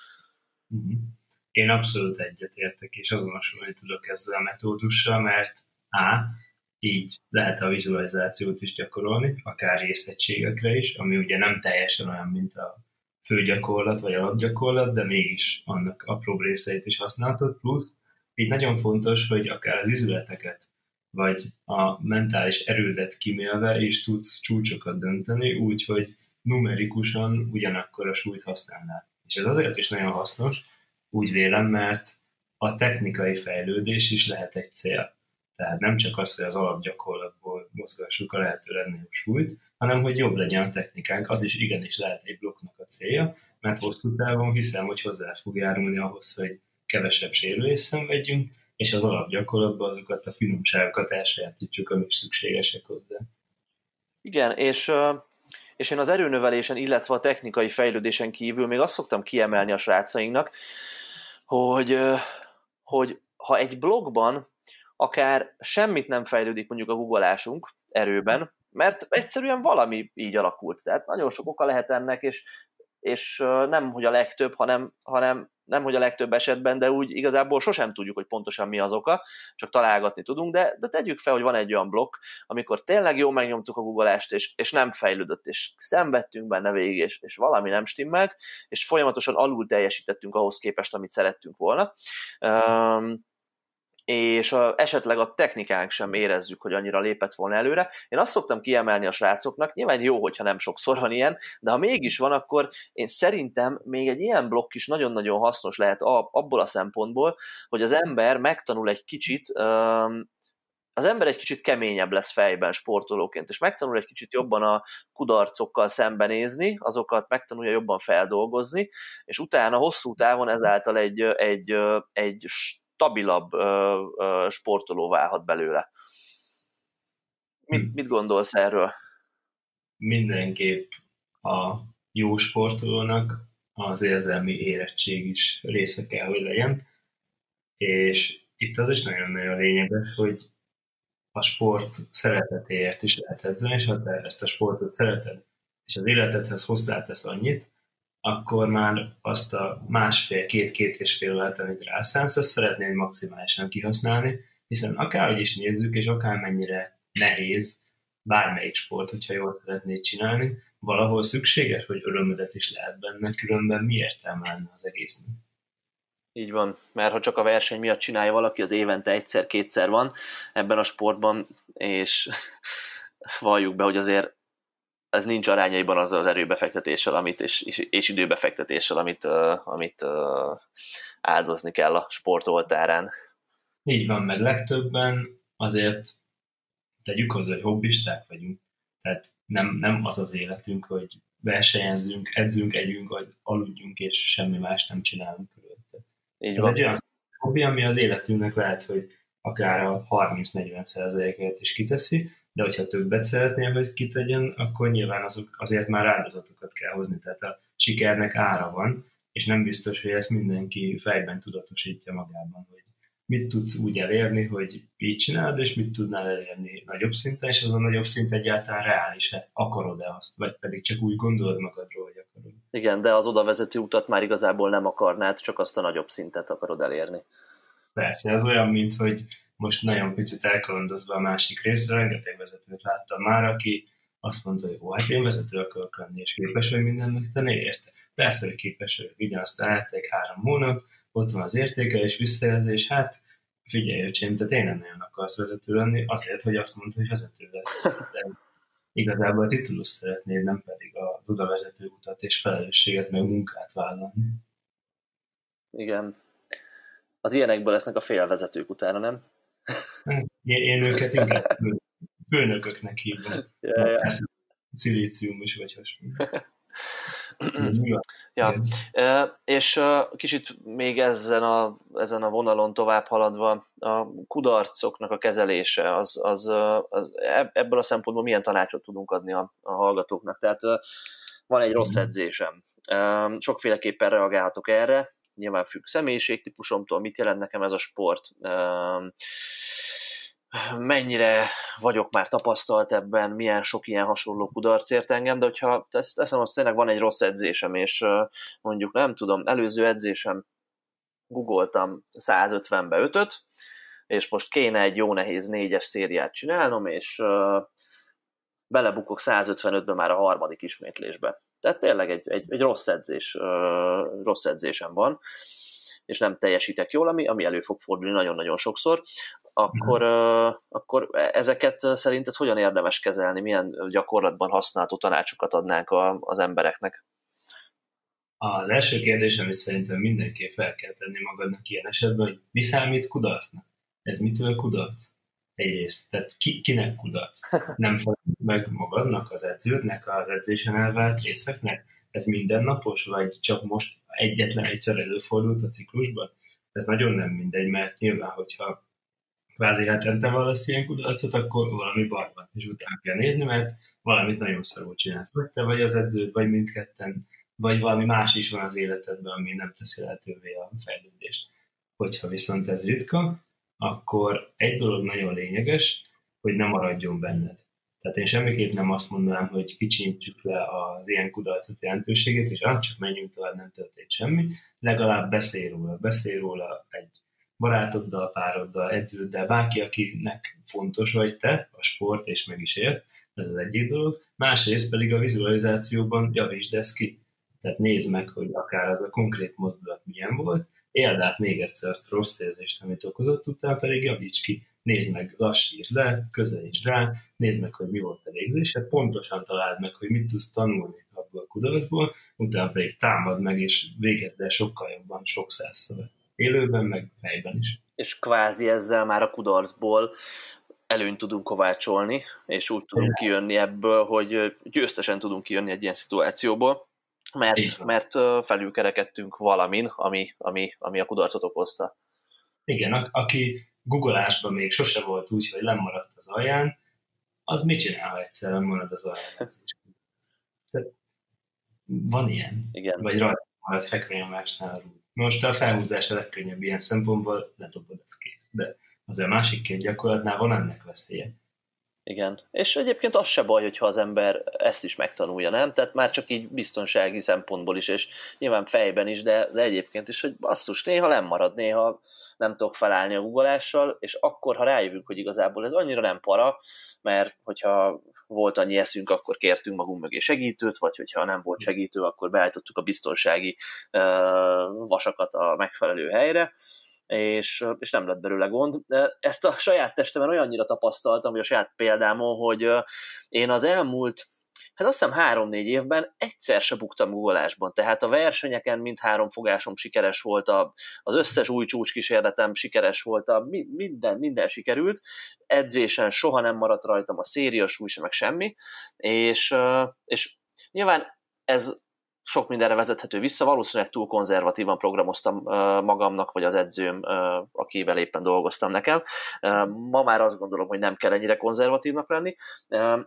Én abszolút egyetértek, és azonosulni tudok ezzel a metódussal, mert A, így lehet a vizualizációt is gyakorolni, akár részegységekre is, ami ugye nem teljesen olyan, mint a főgyakorlat vagy alapgyakorlat, de mégis annak apróbb részeit is használhatod, plusz így nagyon fontos, hogy akár az izületeket, vagy a mentális erődet kimélve is tudsz csúcsokat dönteni, úgyhogy numerikusan ugyanakkor a súlyt használnál. És ez azért is nagyon hasznos, úgy vélem, mert a technikai fejlődés is lehet egy cél. Tehát nem csak az, hogy az alapgyakorlatból mozgassuk a lehető legnagyobb súlyt, hanem hogy jobb legyen a technikánk, az is igenis lehet egy blokknak a célja, mert hosszú távon hiszem, hogy hozzá fog járulni ahhoz, hogy kevesebb sérülést szenvedjünk, és az alapgyakorlatban azokat a finomságokat elsajátítsuk, amik szükségesek hozzá. Igen, és, és én az erőnövelésen, illetve a technikai fejlődésen kívül még azt szoktam kiemelni a srácainknak, hogy, hogy ha egy blogban akár semmit nem fejlődik mondjuk a googolásunk erőben, mert egyszerűen valami így alakult. Tehát nagyon sok oka lehet ennek, és, és nem, hogy a legtöbb, hanem, hanem nem, hogy a legtöbb esetben, de úgy igazából sosem tudjuk, hogy pontosan mi az oka, csak találgatni tudunk, de, de tegyük fel, hogy van egy olyan blokk, amikor tényleg jól megnyomtuk a googolást, és, és nem fejlődött, és szenvedtünk benne végig, és, és valami nem stimmelt, és folyamatosan alul teljesítettünk ahhoz képest, amit szerettünk volna. Um, és a, esetleg a technikánk sem érezzük, hogy annyira lépett volna előre. Én azt szoktam kiemelni a srácoknak, nyilván jó, hogyha nem sokszor van ilyen, de ha mégis van, akkor én szerintem még egy ilyen blokk is nagyon-nagyon hasznos lehet abból a szempontból, hogy az ember megtanul egy kicsit, az ember egy kicsit keményebb lesz fejben sportolóként, és megtanul egy kicsit jobban a kudarcokkal szembenézni, azokat megtanulja jobban feldolgozni, és utána hosszú távon ezáltal egy, egy, egy stabilabb ö, ö, sportoló válhat belőle. Mit, mit gondolsz erről? Mindenképp a jó sportolónak az érzelmi érettség is része kell, hogy legyen. És itt az is nagyon-nagyon lényeges, hogy a sport szeretetéért is lehet edzeni, és ha te ezt a sportot szereted, és az életedhez hozzátesz annyit, akkor már azt a másfél-két-két és fél órát, amit rászánsz, azt szeretnéd maximálisan kihasználni, hiszen akárhogy is nézzük, és akármennyire nehéz bármelyik sport, hogyha jól szeretnéd csinálni, valahol szükséges, hogy örömödet is lehet benne, különben mi értelme lenne az egésznek. Így van, mert ha csak a verseny miatt csinálja valaki, az évente egyszer-kétszer van ebben a sportban, és valljuk be, hogy azért ez nincs arányaiban azzal az erőbefektetéssel, amit, és, és, és időbefektetéssel, amit, uh, amit uh, áldozni kell a sport oltárán. Így van, meg legtöbben azért tegyük hozzá, hogy hobbisták vagyunk. Tehát nem, nem az az életünk, hogy versenyezzünk, edzünk, együnk, vagy aludjunk, és semmi más nem csinálunk körülötte. Így Ez van. egy olyan hobbi, ami az életünknek lehet, hogy akár a harminc-negyven százalékát is kiteszi, de hogyha többet szeretnél, hogy kitegyen, akkor nyilván azok, azért már áldozatokat kell hozni. Tehát a sikernek ára van, és nem biztos, hogy ezt mindenki fejben tudatosítja magában, hogy mit tudsz úgy elérni, hogy így csinálod, és mit tudnál elérni nagyobb szinten, és az a nagyobb szint egyáltalán reális-e? Akarod-e azt? Vagy pedig csak úgy gondolod magadról, hogy akarod? Igen, de az oda vezető utat már igazából nem akarnád, csak azt a nagyobb szintet akarod elérni. Persze, ez olyan, mint hogy most nagyon picit elkalandozva a másik részre, rengeteg vezetőt láttam már, aki azt mondta, hogy ó, hát én vezető akarok lenni, és képes vagy mindent megtenni, érte? Persze, hogy képes vagy, igen, aztán eltelik három hónap, ott van az értékelés, visszajelzés, hát figyelj, öcsém, tehát én nem nagyon akarsz vezető lenni, azért, hogy azt mondta, hogy vezető lesz. De igazából a titulus szeretnéd, nem pedig az oda vezető utat és felelősséget, meg munkát vállalni. Igen. Az ilyenekből lesznek a félvezetők utána, nem? Én, én őket inkább főnököknek hívom. Ja, ja. Szilícium is, vagy hasonló. Ja. E, és kicsit még ezen a, ezen a vonalon tovább haladva, a kudarcoknak a kezelése, az, az, az ebből a szempontból milyen tanácsot tudunk adni a, a hallgatóknak? Tehát van egy rossz edzésem. Sokféleképpen reagálhatok erre, nyilván függ személyiségtípusomtól, mit jelent nekem ez a sport, mennyire vagyok már tapasztalt ebben, milyen sok ilyen hasonló kudarc ért engem, de hogyha teszem, azt tényleg van egy rossz edzésem, és mondjuk nem tudom, előző edzésem googoltam százötvenbe ötöt, és most kéne egy jó nehéz négyes szériát csinálnom, és belebukok százötvenötbe már a harmadik ismétlésbe. Tehát tényleg egy, egy, egy rossz edzés, rossz edzésem van, és nem teljesítek jól, ami, ami elő fog fordulni nagyon-nagyon sokszor, akkor, uh, akkor ezeket szerinted hogyan érdemes kezelni? Milyen gyakorlatban használható tanácsokat adnánk a, az embereknek? Az első kérdés, amit szerintem mindenképp fel kell tenni magadnak ilyen esetben, hogy mi számít kudarcnak? Ez mitől kudarc? Egyrészt, tehát ki, kinek kudarc? Nem fogod meg magadnak, az edződnek, az edzésen elvált részeknek? Ez mindennapos, vagy csak most egyetlen egyszer előfordult a ciklusban? Ez nagyon nem mindegy, mert nyilván, hogyha kvázi hetente valasz ilyen kudarcot, akkor valami baj van, és utána kell nézni, mert valamit nagyon szarul csinálsz. Vagy te vagy az edződ, vagy mindketten, vagy valami más is van az életedben, ami nem teszi lehetővé a fejlődést. Hogyha viszont ez ritka, akkor egy dolog nagyon lényeges, hogy ne maradjon benned. Tehát én semmiképp nem azt mondanám, hogy kicsintsük le az ilyen kudarcok jelentőségét, és ah, csak menjünk tovább, nem történt semmi, legalább beszélj róla, beszélj róla egy barátoddal, pároddal, edződdel, bárki, akinek fontos vagy te, a sport, és meg is ért, ez az egyik dolog. Másrészt pedig a vizualizációban javítsd ezt ki. Tehát nézd meg, hogy akár az a konkrét mozdulat milyen volt, éld át még egyszer azt a rossz érzést, amit okozott, utána pedig javíts ki. Nézd meg, lassítsd le, közelítsd rá, nézd meg, hogy mi volt a végzésed, pontosan találd meg, hogy mit tudsz tanulni abból a kudarcból, utána pedig támad meg, és végezd el sokkal jobban, sok százszor. Élőben, meg fejben is. És kvázi ezzel már a kudarcból előnyt tudunk kovácsolni, és úgy tudunk kijönni ebből, hogy győztesen tudunk kijönni egy ilyen szituációból, mert, mert felülkerekedtünk valamin, ami, ami, ami a kudarcot okozta. Igen, a- aki googolásban még sose volt úgy, hogy lemaradt az alján, az mit csinál, ha egyszer lemarad az alján? Tehát van ilyen. Igen. Vagy rajta marad fekvényomásnál a rúd. Most a felhúzás a legkönnyebb ilyen szempontból, ledobod, ez kész. De azért a másik két gyakorlatnál van ennek veszélye. Igen. És egyébként az se baj, hogyha az ember ezt is megtanulja, nem? Tehát már csak így biztonsági szempontból is, és nyilván fejben is, de, de egyébként is, hogy basszus, néha lemarad, néha nem tudok felállni a guggolással, és akkor, ha rájövünk, hogy igazából ez annyira nem para, mert hogyha volt annyi eszünk, akkor kértünk magunk mögé segítőt, vagy hogyha nem volt segítő, akkor beállítottuk a biztonsági uh, vasakat a megfelelő helyre, és, és nem lett belőle gond. Ezt a saját testemen olyannyira tapasztaltam, vagy a saját példámon, hogy én az elmúlt, hát azt hiszem három-négy évben egyszer se buktam guggolásban, tehát a versenyeken mindhárom fogásom sikeres volt, a, az összes új csúcskísérletem sikeres volt, a, minden, minden sikerült, edzésen soha nem maradt rajtam a széria, súly sem, meg semmi, és, és nyilván ez sok mindenre vezethető vissza, valószínűleg túl konzervatívan programoztam uh, magamnak, vagy az edzőm, uh, akivel éppen dolgoztam nekem. Uh, ma már azt gondolom, hogy nem kell ennyire konzervatívnak lenni. Uh,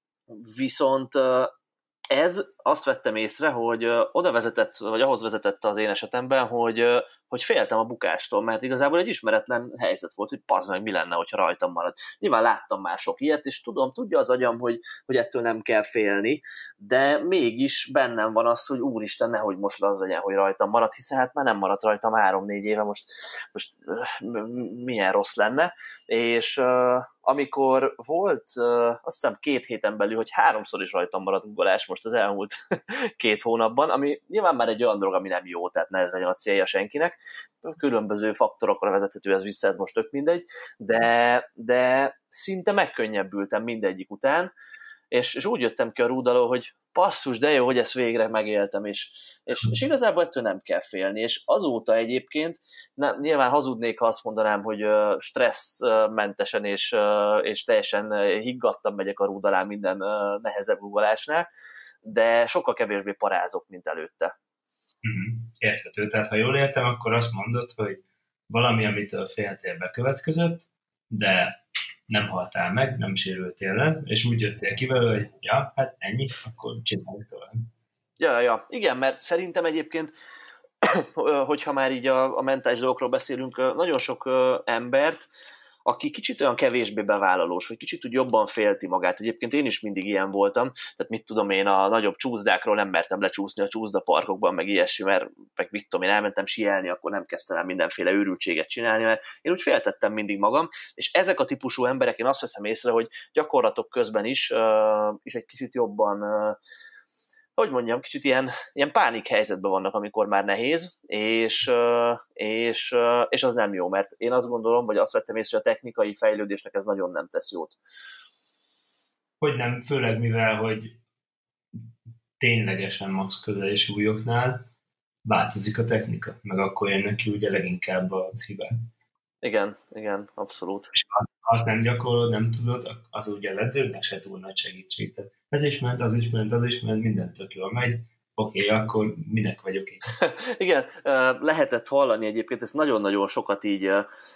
viszont uh, ez azt vettem észre, hogy uh, oda vezetett, vagy ahhoz vezetett az én esetemben, hogy, uh, hogy féltem a bukástól, mert igazából egy ismeretlen helyzet volt, hogy pazd meg, mi lenne, hogyha rajtam marad. Nyilván láttam már sok ilyet, és tudom, tudja az agyam, hogy, hogy ettől nem kell félni, de mégis bennem van az, hogy úristen, nehogy most az legyen, hogy rajtam marad, hiszen hát már nem maradt rajtam három-négy éve, most, most milyen rossz lenne. És uh, amikor volt, uh, azt hiszem két héten belül, hogy háromszor is rajtam maradt guggolás most az elmúlt két hónapban, ami nyilván már egy olyan dolog, ami nem jó, tehát ne ez legyen a célja senkinek. Különböző faktorokra vezethető ez vissza, ez most tök mindegy, de, de szinte megkönnyebbültem mindegyik után, és, és úgy jöttem ki a rúd alól, hogy passzus, de jó, hogy ezt végre megéltem, és, és, és igazából ettől nem kell félni, és azóta egyébként nem, nyilván hazudnék, ha azt mondanám, hogy uh, stresszmentesen és, uh, és teljesen higgadtan megyek a rúd alá minden uh, nehezebb guggolásnál, de sokkal kevésbé parázok, mint előtte. Mm-hmm. Érthető. Tehát ha jól értem, akkor azt mondod, hogy valami, amitől féltél, bekövetkezett, de nem haltál meg, nem sérültél le, és úgy jöttél ki vele, hogy ja, hát ennyi, akkor csináljuk tovább. Ja, ja, igen, mert szerintem egyébként, hogyha már így a, a mentális dolgokról beszélünk, nagyon sok embert, aki kicsit olyan kevésbé bevállalós, vagy kicsit úgy jobban félti magát. Egyébként én is mindig ilyen voltam, tehát mit tudom én, a nagyobb csúszdákról nem mertem lecsúszni a csúszdaparkokban, meg ilyesmi, mert meg mit tudom én, elmentem sielni, akkor nem kezdtem el mindenféle őrültséget csinálni, mert én úgy féltettem mindig magam, és ezek a típusú emberek, én azt veszem észre, hogy gyakorlatok közben is, uh, is egy kicsit jobban uh, hogy mondjam, kicsit ilyen, ilyen pánik helyzetben vannak, amikor már nehéz, és, és, és az nem jó, mert én azt gondolom, vagy azt vettem észre, hogy a technikai fejlődésnek ez nagyon nem tesz jót. Hogy nem, főleg mivel, hogy ténylegesen max közeli súlyoknál változik a technika, meg akkor jön neki ugye leginkább a hibák. Igen, igen, abszolút. És ha azt nem gyakorlod, nem tudod, az ugye ledzőknek se túl nagy segítség. Tehát ez is ment, az is ment, az is ment, minden tök jól megy. Oké, okay, akkor minek vagyok én? Igen, lehetett hallani egyébként, ezt nagyon-nagyon sokat így,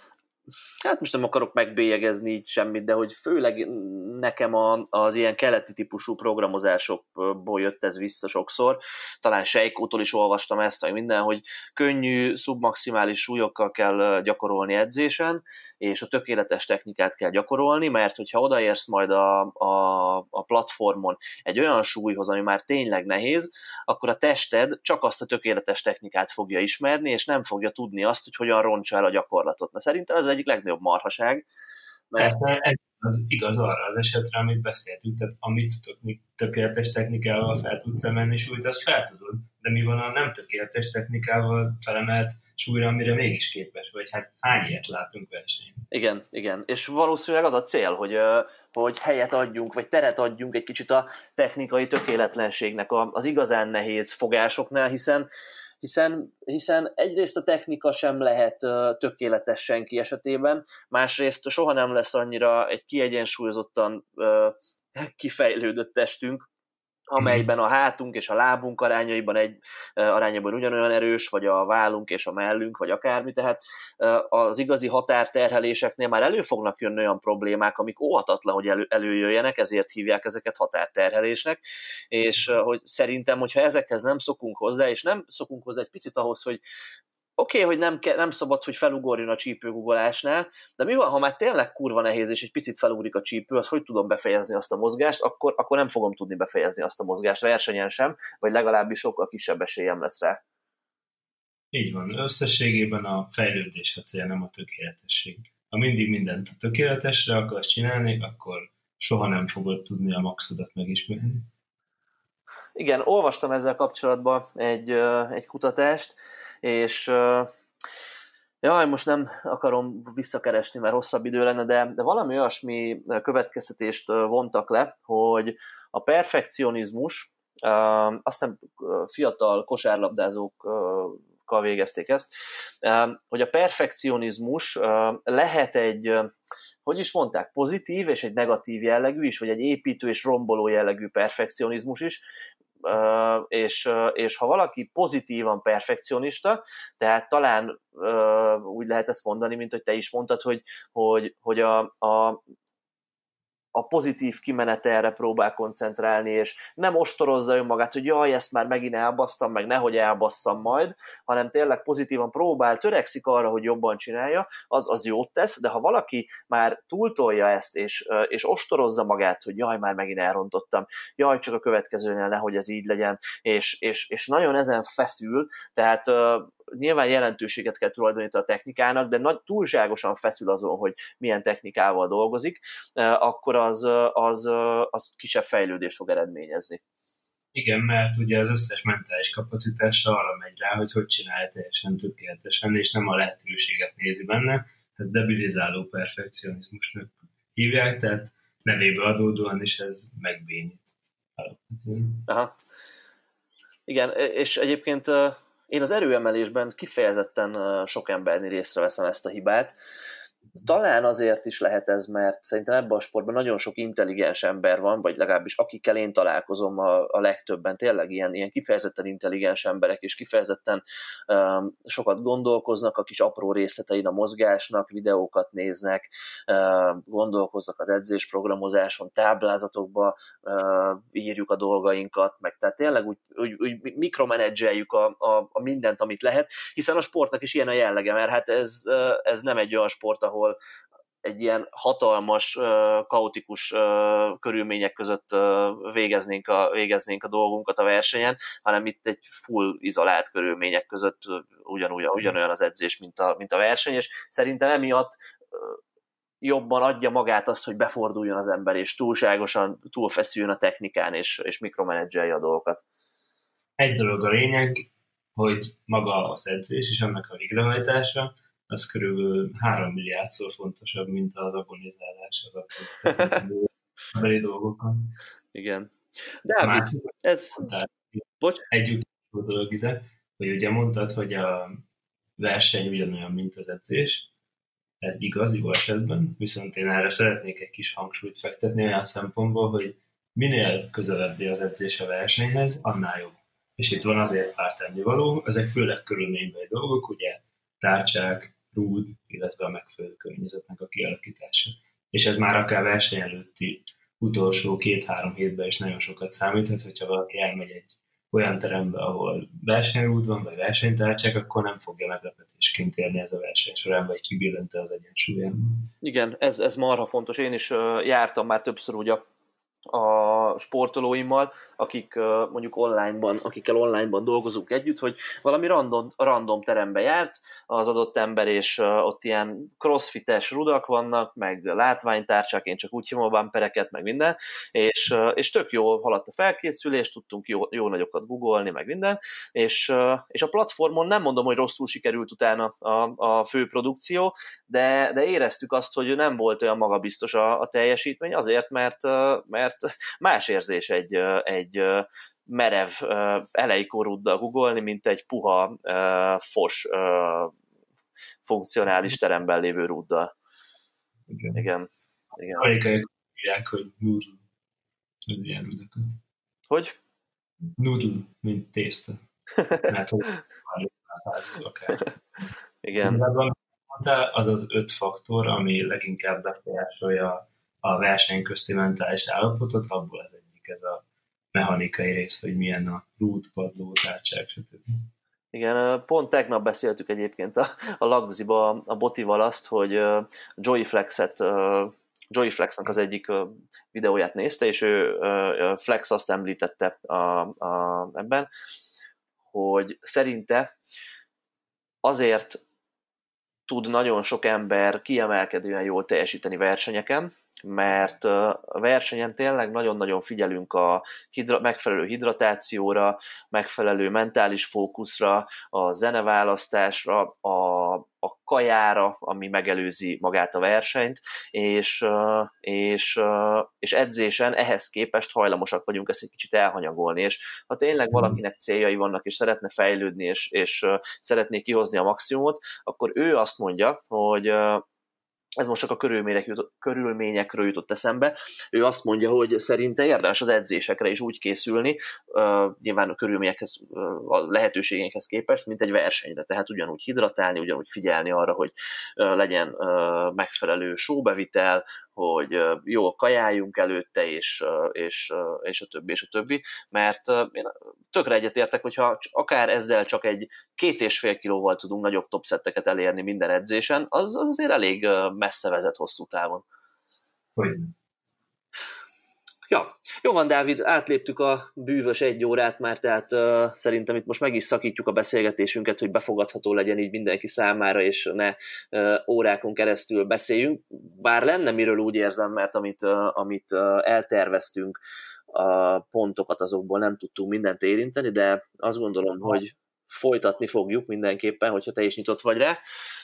hát most nem akarok megbélyegezni így semmit, de hogy főleg nekem a, az ilyen keleti típusú programozásokból jött ez vissza sokszor, talán Seikótól is olvastam ezt, vagy minden, hogy könnyű, szubmaximális súlyokkal kell gyakorolni edzésen, és a tökéletes technikát kell gyakorolni, mert hogyha odaérsz majd a, a, a platformon egy olyan súlyhoz, ami már tényleg nehéz, akkor a tested csak azt a tökéletes technikát fogja ismerni, és nem fogja tudni azt, hogy hogyan rontsa el a gyakorlatot. Na szerintem ez egyik legnagyobb marhaság. Mert... Persze, ez az igaz arra az esetre, amit beszéltünk, tehát amit tökéletes technikával fel tudsz emelni súlyt, azt fel tudod, de mi van a nem tökéletes technikával felemelt súlyra, amire mégis képes vagy, hát hány ilyet látunk versenyen. Igen, igen, és valószínűleg az a cél, hogy, hogy helyet adjunk, vagy teret adjunk egy kicsit a technikai tökéletlenségnek az igazán nehéz fogásoknál, hiszen Hiszen, hiszen egyrészt a technika sem lehet uh, tökéletes senki esetében, másrészt soha nem lesz annyira egy kiegyensúlyozottan uh, kifejlődött testünk, amelyben a hátunk és a lábunk arányaiban egy uh, arányában ugyanolyan erős, vagy a vállunk és a mellünk, vagy akármi, tehát uh, az igazi határterheléseknél már elő fognak jönni olyan problémák, amik óhatatlan, hogy elő, előjöjjenek, ezért hívják ezeket határterhelésnek, és uh, hogy szerintem, hogyha ezekhez nem szokunk hozzá, és nem szokunk hozzá egy picit ahhoz, hogy oké, okay, hogy nem, ke- nem szabad, hogy felugorjon a csípőguggolásnál, de mi van, ha már tényleg kurva nehéz, és egy picit felugrik a csípő, az hogy tudom befejezni azt a mozgást, akkor, akkor nem fogom tudni befejezni azt a mozgást versenyen sem, vagy legalábbis sokkal kisebb esélyem lesz rá. Így van. Összességében a fejlődés a cél, nem a tökéletesség. Ha mindig mindent tökéletesre akarsz csinálni, akkor soha nem fogod tudni a maxodat megismerni. Igen, olvastam ezzel kapcsolatban egy, egy kutatást, és jaj, most nem akarom visszakeresni, mert hosszabb idő lenne, de, de valami olyasmi következtetést vontak le, hogy a perfekcionizmus, azt hiszem fiatal kosárlabdázókkal végezték ezt, hogy a perfekcionizmus lehet egy, hogy is mondták, pozitív és egy negatív jellegű is, vagy egy építő és romboló jellegű perfekcionizmus is, Uh, és, uh, és ha valaki pozitívan perfekcionista, tehát talán uh, úgy lehet ezt mondani, mint hogy te is mondtad, hogy, hogy, hogy a, a, a pozitív kimenetelre próbál koncentrálni, és nem ostorozza önmagát, hogy jaj, ezt már megint elbasztam, meg nehogy elbasszam majd, hanem tényleg pozitívan próbál, törekszik arra, hogy jobban csinálja, az, az jót tesz, de ha valaki már túltolja ezt, és, és ostorozza magát, hogy jaj, már megint elrontottam, jaj, csak a következőnél nehogy ez így legyen, és, és, és nagyon ezen feszül, tehát nyilván jelentőséget kell tulajdonítani a technikának, de nagy, túlságosan feszül azon, hogy milyen technikával dolgozik, akkor az, az, az kisebb fejlődést fog eredményezni. Igen, mert ugye az összes mentális kapacitása arra megy rá, hogy hogy csinálja teljesen tökéletesen, és nem a lehetőséget nézi benne. Ez debilizáló perfekcionizmusnak hívják, tehát nevéből adódóan is ez megbénít. Aha. Igen, és egyébként én az erőemelésben kifejezetten sok embernél észreveszem ezt a hibát. Talán azért is lehet ez, mert szerintem ebben a sportban nagyon sok intelligens ember van, vagy legalábbis akikkel én találkozom a, a legtöbben, tényleg ilyen, ilyen kifejezetten intelligens emberek, és kifejezetten um, sokat gondolkoznak a kis apró részletein a mozgásnak, videókat néznek, uh, gondolkoznak az edzésprogramozáson, táblázatokba uh, írjuk a dolgainkat, meg tehát tényleg úgy, úgy, úgy mikromenedzseljük a, a, a mindent, amit lehet, hiszen a sportnak is ilyen a jellege, mert hát ez, ez nem egy olyan sport, ahol egy ilyen hatalmas, kaotikus körülmények között végeznénk a, végeznénk a dolgunkat a versenyen, hanem itt egy full izolált körülmények között ugyanúgy, ugyanolyan az edzés, mint a, mint a verseny, és szerintem emiatt jobban adja magát azt, hogy beforduljon az ember, és túlságosan túlfeszüljön a technikán, és, és mikromenedzselje a dolgokat. Egy dolog a lényeg, hogy maga az edzés és annak a végrehajtása, az körülbelül három milliárdszor fontosabb, mint az agonizálás az a beli dolgokon. Igen. Dávid, ez... Bocs? Egy utolsó dolog ide, hogy ugye mondtad, hogy a verseny ugyanolyan, mint az edzés. Ez igaz, jó esetben, viszont én erre szeretnék egy kis hangsúlyt fektetni olyan szempontból, hogy minél közelebbi az edzés a versenyhez, annál jobb. És itt van azért pár tennivaló, ezek főleg körülménybeli dolgok, ugye tárcsák, rúd, illetve a megfelelő környezetnek a kialakítása. És ez már akár verseny előtti utolsó két-három hétben is nagyon sokat számíthat, hogyha valaki elmegy egy olyan terembe, ahol versenyrúd van, vagy versenytárcsák, akkor nem fogja meglepetésként érni ez a verseny során, vagy kibillente az egyensúlyán. Igen, ez, ez marha fontos. Én is jártam már többször úgy a a sportolóimmal, akik mondjuk onlineban, akikkel onlineban dolgozunk együtt, hogy valami random, random terembe járt az adott ember, és ott ilyen crossfites rudak vannak, meg látványtárcsák, én csak úgy hívom a bumpereket, meg minden, és, és tök jól haladt a felkészülés, tudtunk jó, jó nagyokat googolni, meg minden, és, és a platformon nem mondom, hogy rosszul sikerült utána a, a fő produkció, de, de éreztük azt, hogy nem volt olyan magabiztos a, a teljesítmény, azért, mert, mert más érzés egy, egy merev elejkorúddal googolni, mint egy puha, fos, funkcionális teremben lévő rúddal. Igen. Igen. Igen. Amerikaiak mondják, hogy noodle. Ilyen rúdakat. Hogy? Noodle, mint tészta. Mert hogy száz akár. Igen. Az az öt faktor, ami leginkább befolyásolja a verseny közti mentális állapotot, abból az egyik ez a mechanikai rész, hogy milyen a rúd, padló, tárcsák, stb. Igen, pont tegnap beszéltük egyébként a, a Lagziba a Botival azt, hogy uh, Joey Flexet, uh, Joey Flexnek az egyik uh, videóját nézte, és ő uh, Flex azt említette a, a, ebben, hogy szerinte azért tud nagyon sok ember kiemelkedően jól teljesíteni versenyeken, mert a versenyen tényleg nagyon-nagyon figyelünk a hidra- megfelelő hidratációra, megfelelő mentális fókuszra, a zeneválasztásra, a, a kajára, ami megelőzi magát a versenyt, és, és, és edzésen ehhez képest hajlamosak vagyunk ezt egy kicsit elhanyagolni, és ha tényleg valakinek céljai vannak, és szeretne fejlődni, és, és szeretné kihozni a maximumot, akkor ő azt mondja, hogy ez most csak a körülmények jutott, körülményekről jutott eszembe. Ő azt mondja, hogy szerinte érdemes az edzésekre is úgy készülni, uh, nyilván a körülményekhez, uh, a lehetőségekhez képest, mint egy versenyre. Tehát ugyanúgy hidratálni, ugyanúgy figyelni arra, hogy uh, legyen uh, megfelelő sóbevitel, hogy jól kajáljunk előtte, és, és, és a többi, és a többi, mert én tökre egyetértek, hogyha akár ezzel csak egy két és fél kilóval tudunk nagyobb topszetteket elérni minden edzésen, az, az azért elég messze vezet hosszú távon. Hogy? Ja, jó van, Dávid, átléptük a bűvös egy órát már, tehát uh, szerintem itt most meg is szakítjuk a beszélgetésünket, hogy befogadható legyen így mindenki számára, és ne uh, órákon keresztül beszéljünk. Bár lenne miről, úgy érzem, mert amit, uh, amit uh, elterveztünk, a pontokat azokból nem tudtunk mindent érinteni, de azt gondolom, hogy folytatni fogjuk mindenképpen, hogyha te is nyitott vagy rá.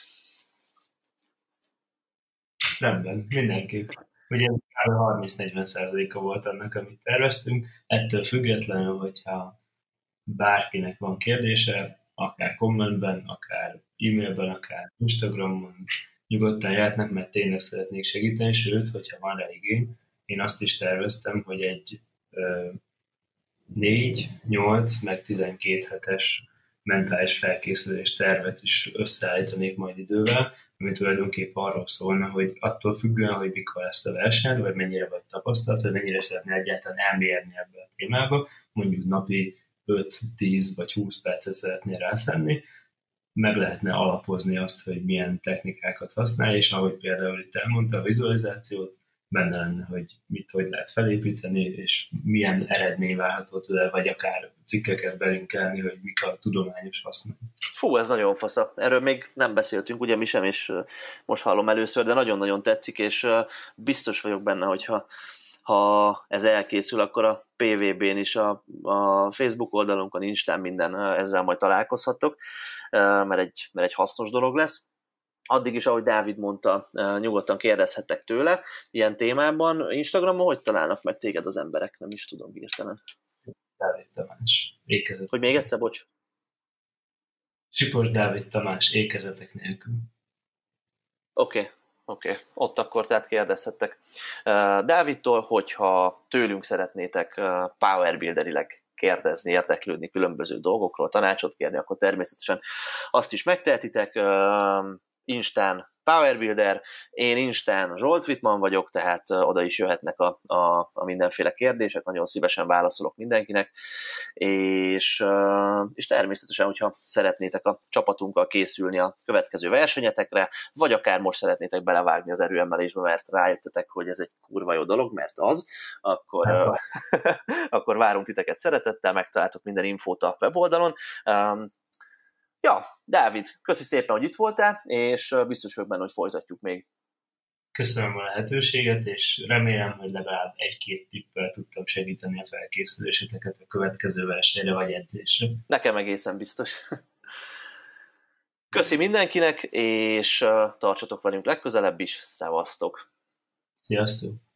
Rendben, mindenképp. Ugye harminc-negyven százaléka volt annak, amit terveztünk. Ettől függetlenül, hogyha bárkinek van kérdése, akár kommentben, akár e-mailben, akár Instagramon, nyugodtan jöhetnek, mert tényleg szeretnék segíteni, sőt, hogyha van rá igény, én azt is terveztem, hogy egy ö, négy, nyolc, meg tizenkét hetes mentális felkészülés tervet is összeállítanék majd idővel, ami tulajdonképpen arról szólna, hogy attól függően, hogy mikor lesz a verseny, vagy mennyire vagy tapasztalt, vagy mennyire szeretné egyáltalán elmérni ebbe a témába, mondjuk napi öt, tíz vagy húsz percet szeretné rászenni, meg lehetne alapozni azt, hogy milyen technikákat használ, és ahogy például itt elmondta a vizualizációt, benne lenne, hogy mit, hogy lehet felépíteni, és milyen eredmény várható tőle, vagy akár cikkeket belinkelni, hogy mik a tudományos hasznak. Fú, ez nagyon fasza. Erről még nem beszéltünk, ugye mi sem, és most hallom először, de nagyon-nagyon tetszik, és biztos vagyok benne, hogyha ha ez elkészül, akkor a pé vé bén is, a, a Facebook oldalunkon, Instán minden ezzel majd találkozhattok, mert egy, mert egy hasznos dolog lesz. Addig is, ahogy Dávid mondta, nyugodtan kérdezhettek tőle ilyen témában. Instagramon hogy találnak meg téged az emberek? Nem is tudom hirtelen. Dávid Tamás, ékezet. Hogy még egyszer, bocs? Sipos Dávid Tamás, ékezetek nélkül. Oké, okay, oké. Okay. Ott akkor tehát kérdezhettek Dávidtól, hogyha tőlünk szeretnétek powerbuilderileg kérdezni, érdeklődni különböző dolgokról, tanácsot kérni, akkor természetesen azt is megtehetitek. Instán Powerbuilder, én Instán Zsolt Wittmann vagyok, tehát oda is jöhetnek a, a, a mindenféle kérdések, nagyon szívesen válaszolok mindenkinek, és, és természetesen, hogyha szeretnétek a csapatunkkal készülni a következő versenyetekre, vagy akár most szeretnétek belevágni az erőemelésbe, mert rájöttetek, hogy ez egy kurva jó dolog, mert az, akkor, akkor várunk titeket szeretettel, megtaláltok minden infót a weboldalon. Ja, Dávid, köszi szépen, hogy itt voltál, és biztos vagyok benne, hogy folytatjuk még. Köszönöm a lehetőséget, és remélem, hogy legalább egy-két tippel tudtam segíteni a felkészüléseteket a következő versenyre vagy edzésre. Nekem egészen biztos. Köszi mindenkinek, és tartsatok velünk legközelebb is. Szevasztok! Sziasztok!